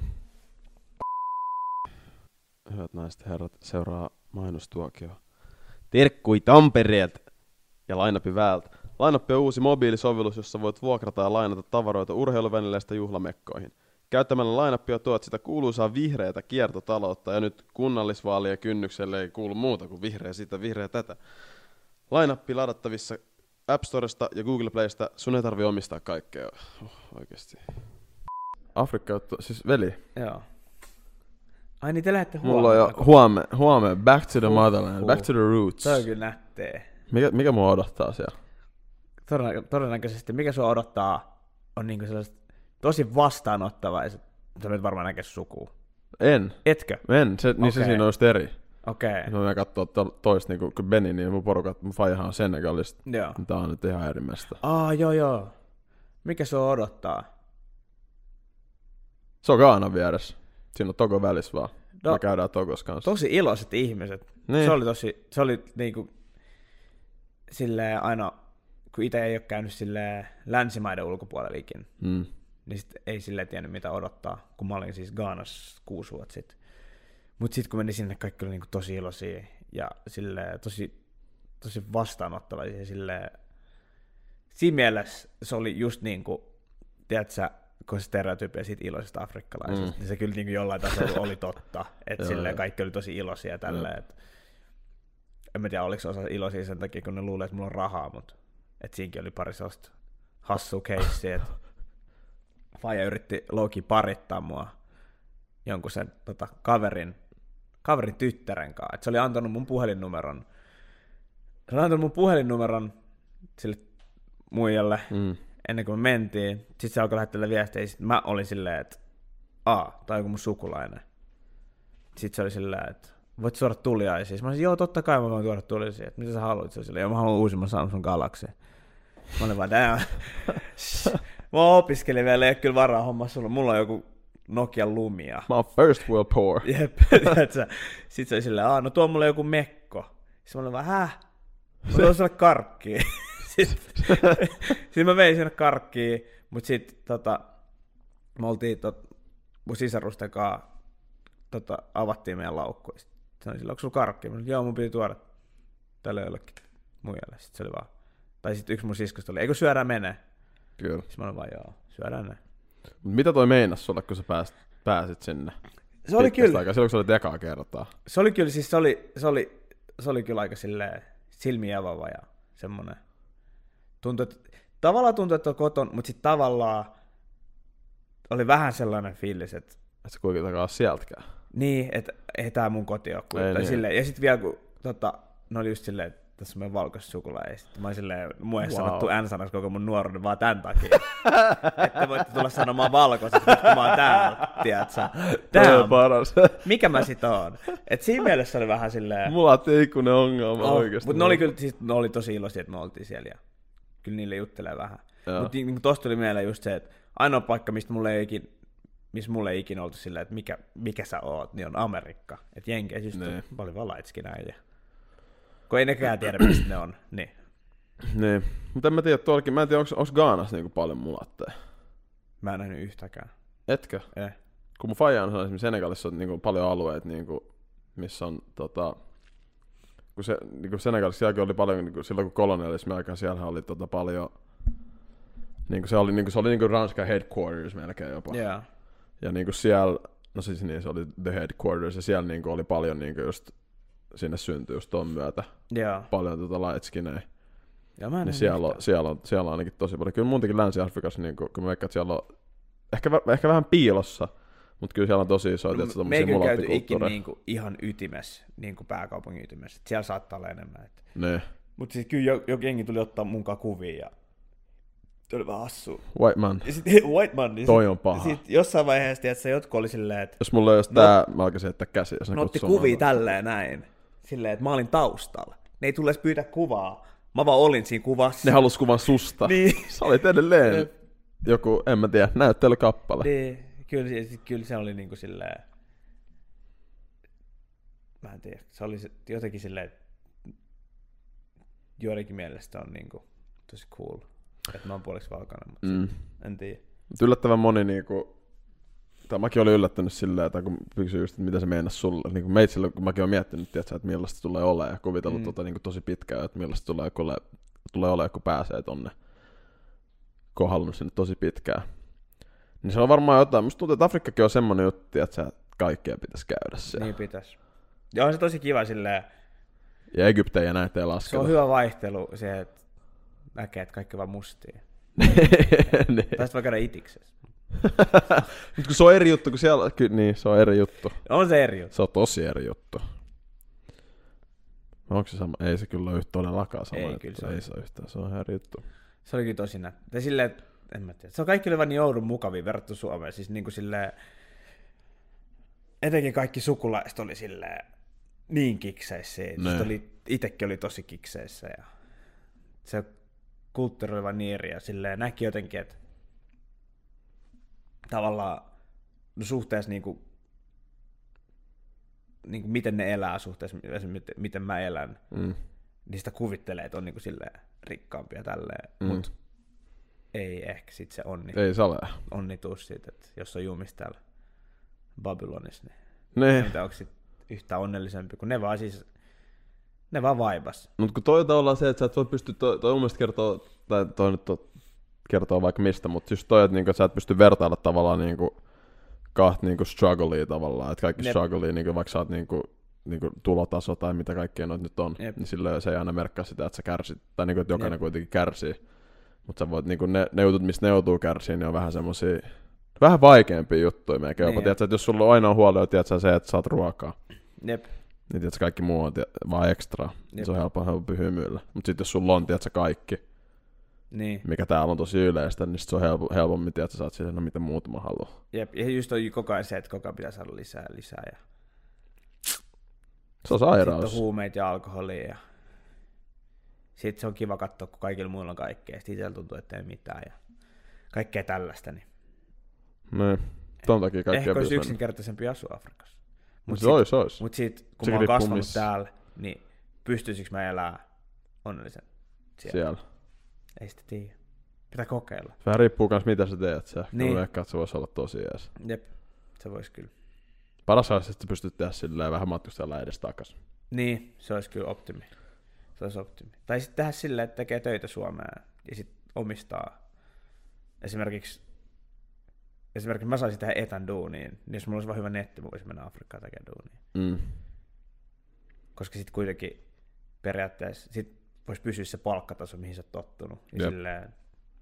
Hyvät naiset ja herrat, seuraa mainostuokio. Terkkui Tampereelta ja Lainappi Väältä. Lainappi on uusi mobiilisovellus, jossa voit vuokrata ja lainata tavaroita urheiluvälineistä juhlamekkoihin. Käyttämällä Lainappia tuot sitä kuuluisaa vihreätä kiertotaloutta ja nyt kunnallisvaalien kynnykselle ei kuulu muuta kuin vihreä sitä, vihreä tätä. Lainappi ladattavissa App Storesta ja Google Playsta, sun ei tarvitse omistaa kaikkea. Oh, oikeesti. Afrikka, siis veli. Joo. Ai niin te lähdette huomenna. Mulla on jo huomenna, huomenna, back to the huh, motherland, huh. back to the roots. Se on kyllä nättee. Mikä, mikä mua odottaa siellä? Todennä, todennäköisesti, mikä sua odottaa, on niinku sellaiset tosi vastaanottavaiset. Sä menet varmaan näkee sukua. En. Etkö? En, se, niin okay. Se siinä on just eri. Okei. Okay. Mä menen kattoo to, toista, niin kuin Benny, niin mun porukat, mun faijahan on Senegalista. Joo. Tää on nyt ihan eri mesta. Aa, joo joo. Mikä sua odottaa? Se on Gaanan vieressä. Siinä on Togo välissä vaan. No, me käydään Togos kanssa. Tosi iloiset ihmiset. Niin. Se oli tosi, se oli niinku silleen aina, kun itse ei ole käynyt silleen länsimaiden ulkopuolella ikinä, mm. niin sit ei silleen tiennyt mitä odottaa, kun mä olin siis Gaanassa kuusi vuotta sitten. Mut sit kun meni sinne, kaikki oli niinku tosi iloisia ja silleen tosi, tosi vastaanottavaisia silleen. Siinä mielessä se oli just niinku, tiedätkö sä, kun se stereotypia siitä iloisesta afrikkalaisesta, mm. niin se kyllä niin kuin jollain tasolla oli totta, että silleen kaikki oli tosi iloisia tälleen, että en mä tiedä, oliko osa iloisia sen takia, kun ne luulee, että mulla on rahaa, mutta että siinäkin oli pari sellaista hassua keissiä, että faija yritti Loki parittaa mua jonkun sen tota, kaverin, kaverin tyttären kanssa, että se oli antanut mun puhelinnumeron, se oli antanut mun puhelinnumeron sille muijalle, mm. ennen kuin me mentiin, sitten se alkoi lähettää viestejä, sitten mä olin silleen, että aa, tai joku mun sukulainen. Sitten se oli silleen, että voit tuoda tuliaisia. Mä olisin, joo, totta kai mä voin tuoda tuliaisia. Että mitä sä haluat? Se oli silleen, joo, mä haluan uusimman Samsung Galaxy. Mä olin vaan, damn. Mä opiskelin vielä, ei ole kyllä varaa hommaa sulla. Mulla on joku Nokia Lumia. Mä oon first world poor. Jep, sitten se oli silleen, aa, no tuo mulle joku mekko. Sitten mä olin vaan, häh? Mä tuon sulle karkkiin. Sitten mä vein sinne karkkiin, mutta sitten tota, me oltiin tot, mun sisarusten kanssa tota, avattiin meidän laukkuja. Sitten oli sillä, onko sulla karkki? Mä sanoin, joo, mun piti tuoda tälle jollekin muijalle. Sitten se oli vaan, tai sitten yksi mun siskosta oli, eikö syödään mene? Kyllä. Sitten mä olin vaan, joo, syödään ne. Mut mitä toi meinas sulle, kun sä pääsit, pääsit sinne? Se oli kyllä. Aikaa. Silloin kun sä olit ekaa kertaa. Se oli kyllä, siis se oli, se oli, se oli kyllä aika silleen silmiä avaava ja semmonen. Tuntui, että, tavallaan tuntui, että on koton, mutta sitten tavallaan oli vähän sellainen fiilis, että et sä kuitenkaan sieltäkään. Niin, että ei tää mun koti ole. Ei, niin. Silleen, ja sitten vielä kun tota, ne oli just silleen, että tässä on meidän valkoista sukulaa, ja sitten mä olin silleen, mua ei wow. sanottu N-sanassa koko mun nuoruuden vaan tämän takia. Että voitte tulla sanomaan valkoiset, kun mä oon täällä, tiedätkö? Damn, paras. mikä mä sit oon? Et siinä mielessä oli vähän silleen. Mulla on ikuinen ongelma oh, oikeesti. Mutta ne oli kyllä, siis, ne oli tosi iloisia, että me oltiin siellä, ja kyllä niille juttelee vähän. Mutta niin, tosta tuli mieleen just se, että ainoa paikka, mistä mulle ei ikinä, missä mulle ei ikinä oltu silleen, että mikä, mikä sä oot, niin on Amerikka. Että jenkeissä just on paljon vaan laitskinäjiä. Kun ei nekään tiedä, mistä ne on. Niin. Niin. Mutta en mä tiedä, tuollakin, mä en tiedä, onko, onko Gaanassa niinku paljon mulatteja? Mä en nähnyt yhtäkään. Etkö? Eh. Kun mun faija on esimerkiksi Senegalissa on niinku paljon alueita, niinku, missä on tota... Kun se, niinku Senegalissa sielläkin oli paljon, niinku, silloin kun kolonialismi aikaan siellä oli tota paljon... Niinku se oli, niinku, se oli niinku Ranskan headquarters melkein jopa. Yeah. Ja niinku siellä, no siis niin, se oli the headquarters, ja siellä niinku oli paljon niinku just... Sinne syntyi just ton myötä. Yeah. Paljon tota lightskinejä. Ja mä en niin siellä on, siellä, on, siellä on ainakin tosi paljon. Kyllä muutenkin Länsi-Afrikassa, niin kun mä veikkaan, että siellä on ehkä, ehkä vähän piilossa, mutta kyllä siellä on tosi isoja no, tommosia mulattikulttuureja. Me ei kyllä käyty ikinä niinku ihan ytimessä, niinku pääkaupungin ytimessä. Siellä saattaa olla enemmän. Ne. Mutta siis kyllä joku jengi tuli ottaa munkaan kuvia. Ja Se oli vähän hassua. White man. Ja sit, white man. Niin Toi sit, on paha. Sit jossain vaiheessa, että jotkut oli silleen, että... Jos mulla ei olisi no, tää, mä alkaisin jättää käsi. Jos ne otti kutsuu kuvia mua. tälleen näin. Silleen, että mä olin taustalla. Ne ei tulisi pyytää kuvaa. Mä vaan olin siinä kuvassa. Ne halus kuvan susta. Niin. Sä olit edelleen joku, en mä tiedä, näyttelykappale. Niin. Kyllä, kyllä se oli niinku silleen... Mä en tiedä. Se oli jotenkin silleen, että joidenkin mielestä on niinku tosi cool. Että mä oon puoliksi valkoinen, mutta mm. en tiedä. Mut yllättävän moni niinku, tai mäkin olin yllättynyt silleen, että kun kysyi just, että mitä se meinasi sulle. Niin kuin meitsillä, kun mäkin oon miettinyt, tiiätkö, että millaista tulee olemaan ja kuvitellut mm. tota, niin kuin tosi pitkään, että millaista tulee, kun tulee olemaan, kun pääsee tonne, kun on halunnut sinne tosi pitkään. Niin se on varmaan jotain. Musta tuntuu, että Afrikkakin on semmonen juttu, että kaikkea pitäisi käydä siellä. Niin pitäisi. Ja on se tosi kiva silleen. Ja Egyptejä ja näitä ei lasketa. Se on hyvä vaihtelu se, että näkee, että kaikki on vaan mustia. Tästä voi käydä itiksessä. Nyt kun se on eri juttu, kun siellä... Niin, se on eri juttu. On se eri juttu. Se on tosi eri juttu. Onko se sama? Ei se kyllä ole todellakaan sama ei, juttu. Kyllä se ei se ole yhtään, se on eri juttu. Se oli kyllä tosi nätti. Silleen, että en mä tiedä. Se on kaikki oli vaan niin joudun mukavia verrattu Suomeen. Siis niin kuin silleen... Etenkin kaikki sukulaiset oli silleen niin kikseissä. Oli, itekin oli tosi kikseissä. Ja se kulttuuri oli vaan niin eri. Ja silleen näki jotenkin, että tavallaan no suhteessa niinku, niinku miten ne elää suhteessa, miten, miten mä elän, mm. niin sitä kuvittelee, että on niinku silleen rikkaampia tälleen, mm. mutta ei ehkä sit se onni. Ei se ole. Onnitus siitä, että jos on jumis täällä Babylonissa, niin ne. En tiedä, onko sit yhtä onnellisempi, kun ne vaan siis, ne vaan vaibas. Mutta kun toi tavallaan se, että sä et voi pysty, toi, toi mun mielestä kertoo, tai toi nyt on, kertoo vaikka mistä, mutta just toi, että niinku, sä et pysty vertailla tavallaan niinku kahta niinku strugglea tavallaan, että kaikki strugglea, niinku, vaikka sä oot niinku, niinku tulotaso tai mitä kaikkea noita nyt on, Jep. niin silloin se ei aina merkkaa sitä, että sä kärsit, tai niinku, että jokainen Jep. kuitenkin kärsii. Mutta sä voit, niinku, ne, ne jutut, mistä ne joutuu kärsiin, niin on vähän semmosia, vähän vaikeampia juttuja melkein jopa. Niin, tiedätkö, että jos sulla on aina on huolella, tiedätkö, se, että saat ruokaa, Jep. niin tiedätkö, kaikki muu on tiedätkö, vaan ekstra. Se on helppo, helppo hymyillä. Mutta sitten jos sulla on, tiedätkö, kaikki, niin. mikä täällä on tosi yleistä, niin se on helpo, helpommin, tiedätkö, sä oot siihen, no mitä muuta mä haluan. Jep, ja just on koko ajan se, että koko ajan pitää saada lisää ja lisää. Ja... Se on sairaus. Sitten on huumeita ja alkoholia. Ja... Sitten se on kiva katsoa, kun kaikilla muilla on kaikkea. Sitten itsellä tuntuu, että ei mitään. Ja kaikkea tällaista. Niin... Niin, ton takia kaikkea ehkä olisi yksinkertaisempi asua Afrikassa. Mutta se olisi, se olisi. Mutta sitten, kun mä oon kasvanut miss... täällä, niin pystyisikö mä elää onnellisen siellä? siellä. Ei sitä tiedä. Pitää kokeilla. Vähän riippuu myös mitä sä teet. Se niin. Ehkä, että se voisi olla tosi jees. Jep, se voisi kyllä. Paras olisi, että sä pystyt tehdä silleen vähän matkustella edes takas. Niin, se olisi kyllä optimi. Se olisi optimi. Tai sitten tehdä silleen, että tekee töitä Suomeen ja sitten omistaa. Esimerkiksi, esimerkiksi mä saisin tehdä etän duuniin, niin jos mulla olisi vaan hyvä netti, mä voisin mennä Afrikkaan tekemään duuniin. Mm. Koska sitten kuitenkin periaatteessa sit voisi pysyä se palkkataso, mihin sä oot tottunut. Ja silleen,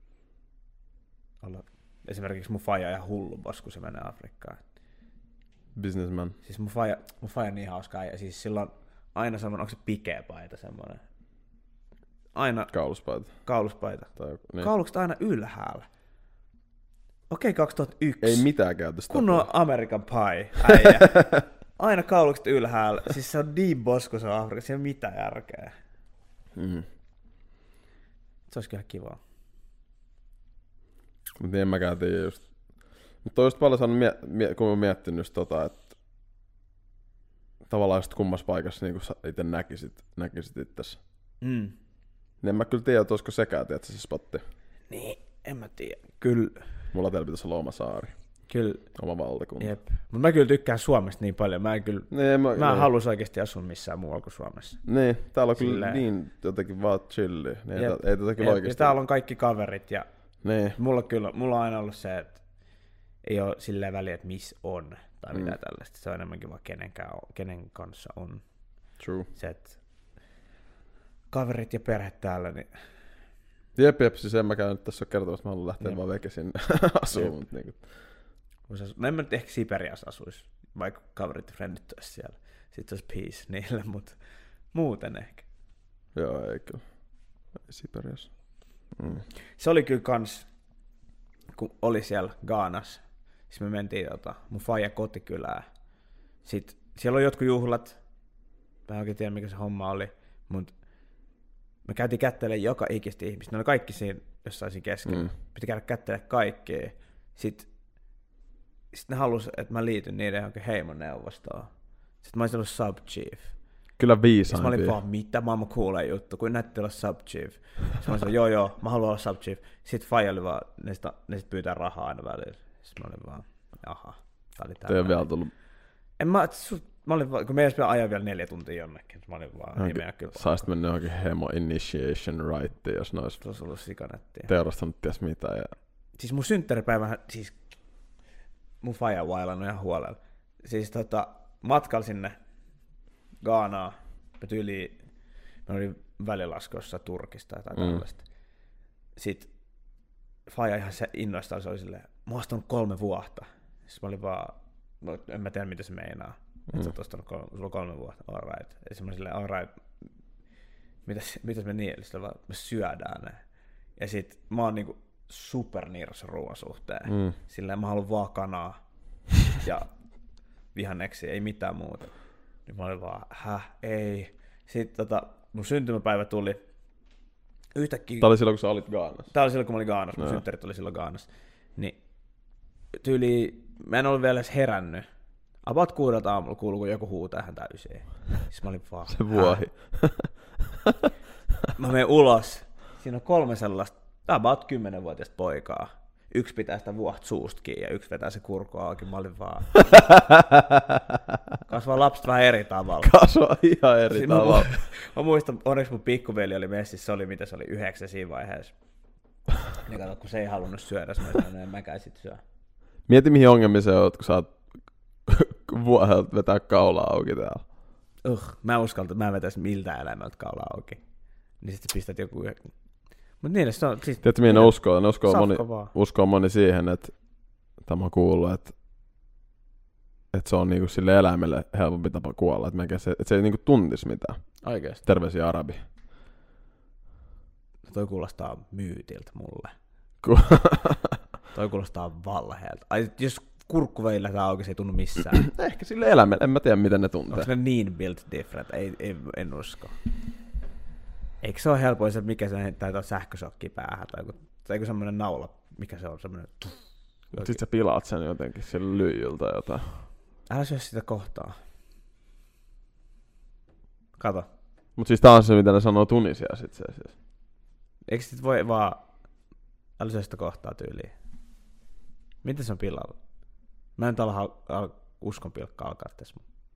olla, esimerkiksi mun faija on ihan hullu boss, kun se menee Afrikkaan. Businessman. Siis mun faija, mun faija on niin hauskaa. Ja siis sillä on aina semmoinen, onko se pikepaita semmoinen? Aina. Kauluspaita. Kauluspaita. Tai, niin. Kaulukset aina ylhäällä. Okei, kaksituhattayksi. Ei mitään käytöstä. Kun on American Pie, äijä. Aina kaulukset ylhäällä. Siis se on niin boss, kun se on Afrikassa. Se ei ole mitään järkeä. Mm. Se olisi kyllä kivaa. Mutta en mäkään tiedä just. Mutta just paljon saanut, mie- mie- kun mä miettinyt just tota, että tavallaan just kummassa paikassa niin kun sä itse näkisit, näkisit itsesi. Mm. Niin en mä kyllä tiedä, että olisiko sekään, tiedätkö, se spotti. Niin, en mä tiedä. Kyllä. Mulla teillä pitäisi olla oma saari. Kyllä. Oma valtakunta. Jep. Mutta mä kyllä tykkään Suomesta niin paljon. Mä en kyllä, niin, mä, mä en haluaisi oikeasti asua missään muualla kuin Suomessa. Niin, täällä on Silleen. Kyllä niin jotenkin vaan chilli. Niin ei, ei tätä kyllä oikeasti. Ja täällä on kaikki kaverit. Ja niin. mulla, kyllä, mulla on aina ollut se, että ei ole silleen väliä, että missä on. Tai mm. mitä tällaista. Se on enemmänkin vaan kenenkään, kenen kanssa on. True. Se, että kaverit ja perhe täällä, niin... Jep, jep, siis en mä käy nyt tässä kertomassa, mä haluan lähteä jep. vaan veke sinne asuun. Niin no en mä nyt ehkä Siperiassa asuisi, vaikka kaverit ja frendit olisi siellä. Sitten olisi peace niille, mutta muuten ehkä. Joo, ei kyllä. Ei Siperiassa. Mm. Se oli kyllä kans, kun oli siellä Ghanassa. Siis me mentiin tota, mun faija kotikylään. Sitten siellä oli jotkut juhlat. Mä en oikein tiedä, mikä se homma oli. Mutta me käytiin kättelemään joka ikistä ihmistä. Ne oli kaikki siinä jossain siinä kesken. Mm. Piti käydä kättelemään kaikkea. Sitten, sitten ne halusi, että mä liityn niiden johonkin heimoneuvostoon. Sitten mä olisin ollut sub-chief. Kyllä viisaampi. Sitten mä olin vaan, mitä maailman kuulee juttu, kuin näytti olla sub-chief. Sitten mä olin, joo joo, mä haluan olla sub-chief. Sitten faija oli vaan, ne sit, ne sit pyytää rahaa aina välillä. Sitten mä olin vaan, aha, tää oli tää. Te on vielä tullut. En mä, su, mä olin vaan, kun meidän pitää ajaa vielä neljä tuntia jonnekin. Mä olin vaan, ei meidän kyllä. Saisit mennä johonkin hemo initiation rightiin, jos ne olisi se olisi ollut sikanettia. Teurastanut ties mitä. Ja... Siis mun synttäripäivä, siis mun faija vailannut ihan huolella. Siis tota, matkalla sinne Ghanaan, me tyyliin, me olin välilaskussa Turkista tai jotain mm. tällaista. Sitten faija ihan se innoistaan, se oli silleen, mä oon ostanut kolme vuotta. Sitten mä olin vaan, no, en mä tiedä mitä se meinaa. Mm. Että sä oot ostanut kolme, sulla on kolme vuotta, all right. Ja sitten mä silleen, all right, mitäs, mitäs me niin, sitten vaan, me syödään ne. Ja sit mä oon niinku supernirsa ruoan suhteen. Mm. Silleen mä haluan vaan kanaa ja vihanneksia, ei mitään muuta. Niin mä olin vaan, häh, ei. Sitten tota, mun syntymäpäivä tuli yhtäkkiä. Tää oli silloin, kun sä olit Ghanassa. Tää oli silloin, kun mä olin Ghanassa. Mun no. synttärit oli silloin Ghanassa. Niin tyyli, mä en ollut vielä edes herännyt. About kuudelta aamulla kuuluu, kun joku huutaa ihan täysin. Siis mä olin vaan, se vuohi. Mä menen ulos. Siinä on kolme sellaista, about kymmenvuotiaista poikaa. Yksi pitää sitä vuoht suusta kiinni ja yksi vetää se kurku auki. Mä olin vaan... Kasvaa lapset vähän eri tavalla. Kasvaa ihan eri siis tavalla. Mä, mä muistan, onneksi mun pikkuveli oli messissä, se oli mitä se oli, yhdeksän siinä vaiheessa. Ja kato, kun se ei halunnut syödä, mä sanoin, että mäkään sit syö. Mieti mihin ongelmiin se oot, kun sä oot vuohelta vetää kaulaa auki täällä. Uh, mä uskalta, mä en vetäisi miltään eläimältä kaulaa auki. Niin sit sä pistät joku... Mut niin, se on... Siis, tiedätkö mihin ne uskoo? Ne uskoo moni, uskoo moni siihen, että... Tämä on kuullut, että... Että se on niinku sille eläimelle helpompi tapa kuolla. Että, se, että se ei niinku tuntisi mitään. Oikeesti? Terveisiä arabi. Toi kuulostaa myytiltä mulle. Ku... Toi kuulostaa valheelta. Ai, jos kurkkuveillä tää auki, se ei tunnu missään. Ehkä sille eläimelle, en mä tiedä miten ne tuntee. Onko ne niin built different? Ei, ei, en usko. Eikö se ole helpoin se, mikä se taitaa sähkösokki päähän, tai joku, tai joku semmoinen naula, mikä se on, semmoinen... Sitten sä pilaat sen jotenkin sillä lyijyltä jotain. Älä syö sitä kohtaa. Kato. Mut siis tää on se, mitä ne sanoo Tunisia sit se siis. Eikö sit voi vaan... Älä syö sitä kohtaa tyyliin. Miten se on pilalla? Mä en tällä al- uskon pilkkaa alkaa tässä.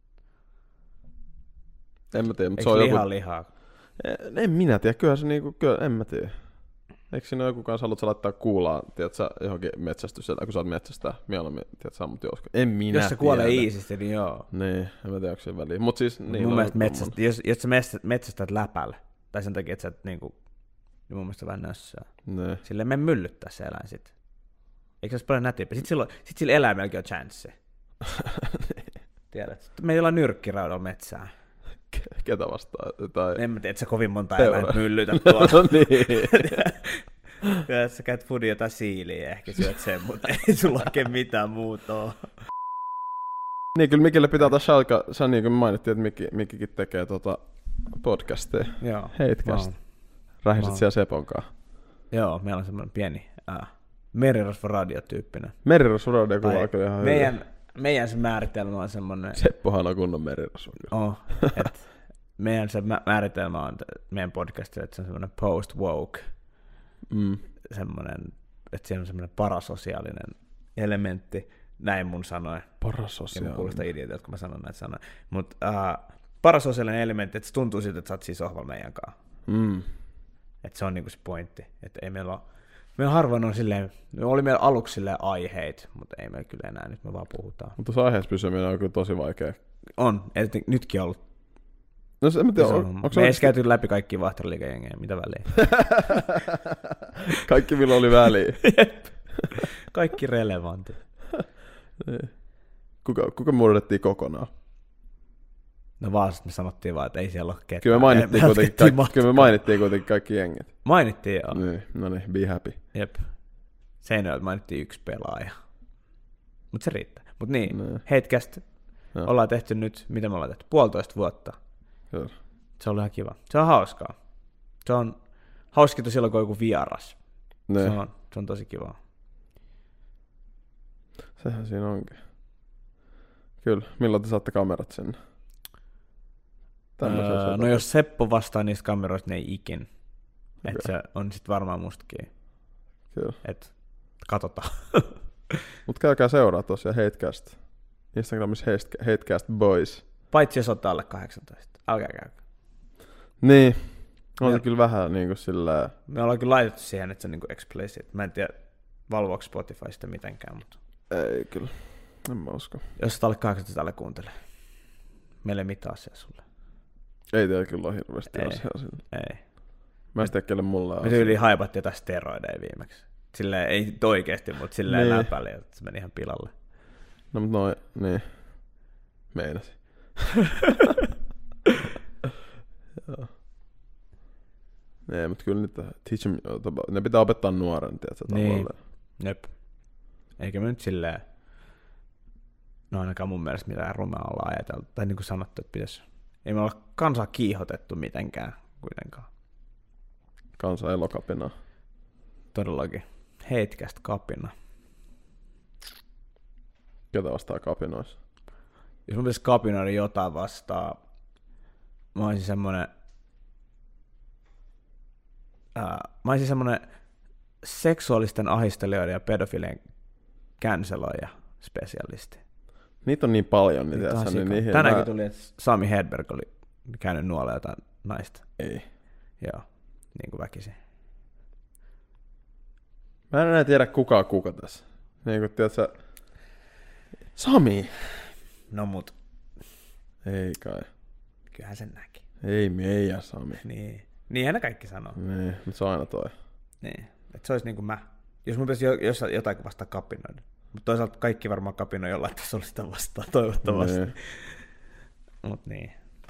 En mä tiedä, mutta eikö se on lihaa joku... lihaa? En, en minä tiedä, kyllä se niinku, kyllä, en mä tiedä. Eikö siinä ole joku kanssa, haluatko laittaa kuulaa, tiedätkö, johonkin metsästyksellä, kun sä oot metsästää mieluummin, tiedätkö, sä ammut jousko. En minä Jos se kuolee iisisti, niin joo. Niin, en mä tiedä, onko se väliin. Mut siis, niin, mun mielestä metsästä, jos, jos sä metsästät läpällä, tai sen takia, että sä et niinku, niin mun mielestä vähän nössää. Niin. Silleen me myllyttää se eläin sit. Eikö se olisi paljon nätimpi? Sitten, silloin, sit sillä eläimelläkin on chanssi. Tiedät. Meillä on nyrkkiraudalla metsää. Ketä vastaan? Tai... En mä tiedä, että sä kovin monta eläintä myllytät tuolla. No niin. Kyllä, sä käyt foodin jotain siiliä, ehkä syöt sen, mutta ei sulla oikein mitään muuta ole. Niin, kyllä Mikille pitää taas alkaa, sä niin kuin mainittiin, että Mikki, Mikkikin tekee tota podcastia. Joo. Heitcast. Rähisit siellä Seponkaan. Joo, meillä on semmoinen pieni äh, merirosvo-radio-tyyppinen. Merirosvo-radio kuvaa kyllä ihan meidän, hyvä. Meidän se määritelmä on semmoinen... Seppohan on kunnon merirosvo. Oh, et meidän se määritelmä on meidän podcastilla, että se on semmoinen post-woke. Mm. Semmoinen, että siinä on semmoinen parasosiaalinen elementti, näin mun sanoin. Parasosiaalinen. Ja mun kuulostaa idiotilta, kun mä sanon näitä sanoja. Mutta uh, parasosiaalinen elementti, että se tuntuu siltä, että sä oot siis sohvalla meidän kanssa. Mm. Että se on niinku se pointti. Että ei meillä ole, meillä harvoin on silleen, me oli meillä aluksi silleen aiheet, mutta ei meillä kyllä enää, nyt me vaan puhutaan. Mutta tuossa aiheessa pysyminen on kyllä tosi vaikea. On, et nytkin on ollut. No se, en mä tiedä, on, on, me ei edes käyty läpi kaikki vaihtoriliikejengejä, mitä väliä. Kaikki milloin oli väliä. Kaikki relevantit. Kuka, kuka murrettiin kokonaan? No Vaasasta me sanottiin vaan, että ei siellä ole ketään. Kyllä me mainittiin, me kuitenkin, kaikki, kyllä me mainittiin kuitenkin kaikki jengit. Mainittiin joo. Niin, no niin, be happy. Jep. Seinäjoelta mainittiin yksi pelaaja. Mut se riittää. Mut niin, No. Hatecast Joo. ollaan tehty nyt, mitä me ollaan tehty, puolitoista vuotta. Kyllä. Se on ihan kiva. Se on hauskaa. Se on hauskittu silloin, kun on joku vieras. Niin. Se on, se on tosi kivaa. Sehän siinä onkin. Kyllä. Milloin te saatte kamerat sinne? Öö, no jos Seppo vastaa niistä kameroista, niin ei ikin. Okay. Että se on sit varmaan mustakin. Kyllä. Että katsotaan. Mut käykää seuraa tosiaan Hatecast. Instagramissa Hatecast Boys. Paitsi jos olette alle kahdeksantoista. Älkää käykää. Niin. On Me- se kyllä vähän niinku sillä... Me ollaan kyllä laitettu siihen, että se on niinku explicit. Mä en tiedä, valvoako Spotify sitä mitenkään, mutta Ei kyllä. En mä usko. jos et alle kahdeksantoista, älä kuuntele. Meillä ei mitään asiaa sulle. Ei teillä kyllä ole hirveästi Ei. asiaa sillä. Ei. Mä en tiedä, kelle mulla on Me asiaa. tyyliin haibattiin jotain steroideja viimeksi. Silleen, ei nyt oikeesti, mutta silleen Niin. läpäli, että se meni ihan pilalle. No mut noin, niin. Meinasi. Joo. Ei, mut kyllä niitä teach them, ne pitää opettaa nuoren, tiedätkö, Niin. tavallaan. Jep. Eikä me nyt silleen, no ainakaan mun mielestä mitään rumea olla ajateltu, tai niin kuin sanottu, että pitäisi, ei me olla kansaa kiihotettu mitenkään kuitenkaan. Kansa elokapinaa. Todellakin. Hatecast kapina. Ketä vastaa kapinoissa? Jos mun pitäisi kapinoida jotain vastaan, mä olisin semmonen, ää, mä olisin semmonen seksuaalisten ahistelijoiden ja pedofilien canceloija spesialisti. Niitä on niin paljon, niin Niitä on tiedätkö, niin sika. niihin Tänäänkin mä... tuli, että Sami Hedberg oli käynyt nuoleen jotain naista. Ei. Joo, niin kuin väkisin. Mä en enää tiedä kuka kuka tässä. Niin kuin tiedätkö, Sami. No mut, Ei kai. kyllähän sen näki. Ei meidän Sami. Niin. Niinhän ne kaikki sanoo. Niin, mutta se on aina toi. Niin. Että se olisi niin kuin mä. Jos mun pitäisi jo, jos jotain vastaan kapinoida. Mutta toisaalta kaikki varmaan kapinoi jollain tasolla sitä vastaan, toivottavasti. Niin. Mut niin.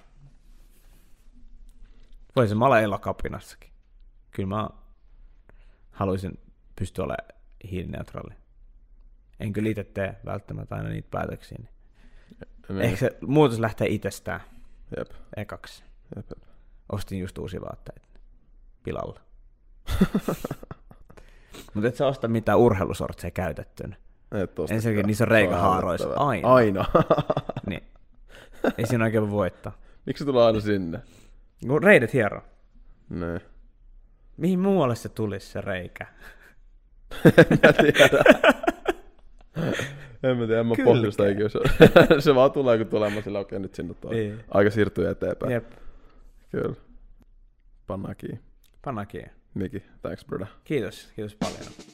Voisin mä olla elokapinassakin. Kyllä mä haluaisin pystyä olemaan hiilineutraali. En kyllä itse tee välttämättä aina niitä päätöksiä. Niin. Niin. Ehkä se muutos lähtee itsestään Jep. ekaksi. Jep, jep. Ostin just uusia vaatteita pilalla. Mutta et sä osta mitään urheilusortseja käytettynä. Et tosta Ensinnäkin kyllä. niissä on Se reikähaaroissa hävettävää. aina. Aina. Niin. Ei siinä oikein voi voittaa. Miksi se tulee aina sinne? Kun reidet hiero. Niin. Mihin muualle se tulisi se reikä? En mä tiedä. En mä tiedä, en mä pohdi sitä ikinä. Se, se vaan tulee, kun tulee, mä sillä okei, nyt sinne toi. Niin. Aika siirtyy eteenpäin. Jep. Kyllä. Pannaan kiinni. Pannaan kiinni. Miki, thanks brother. Kiitos. Kiitos paljon.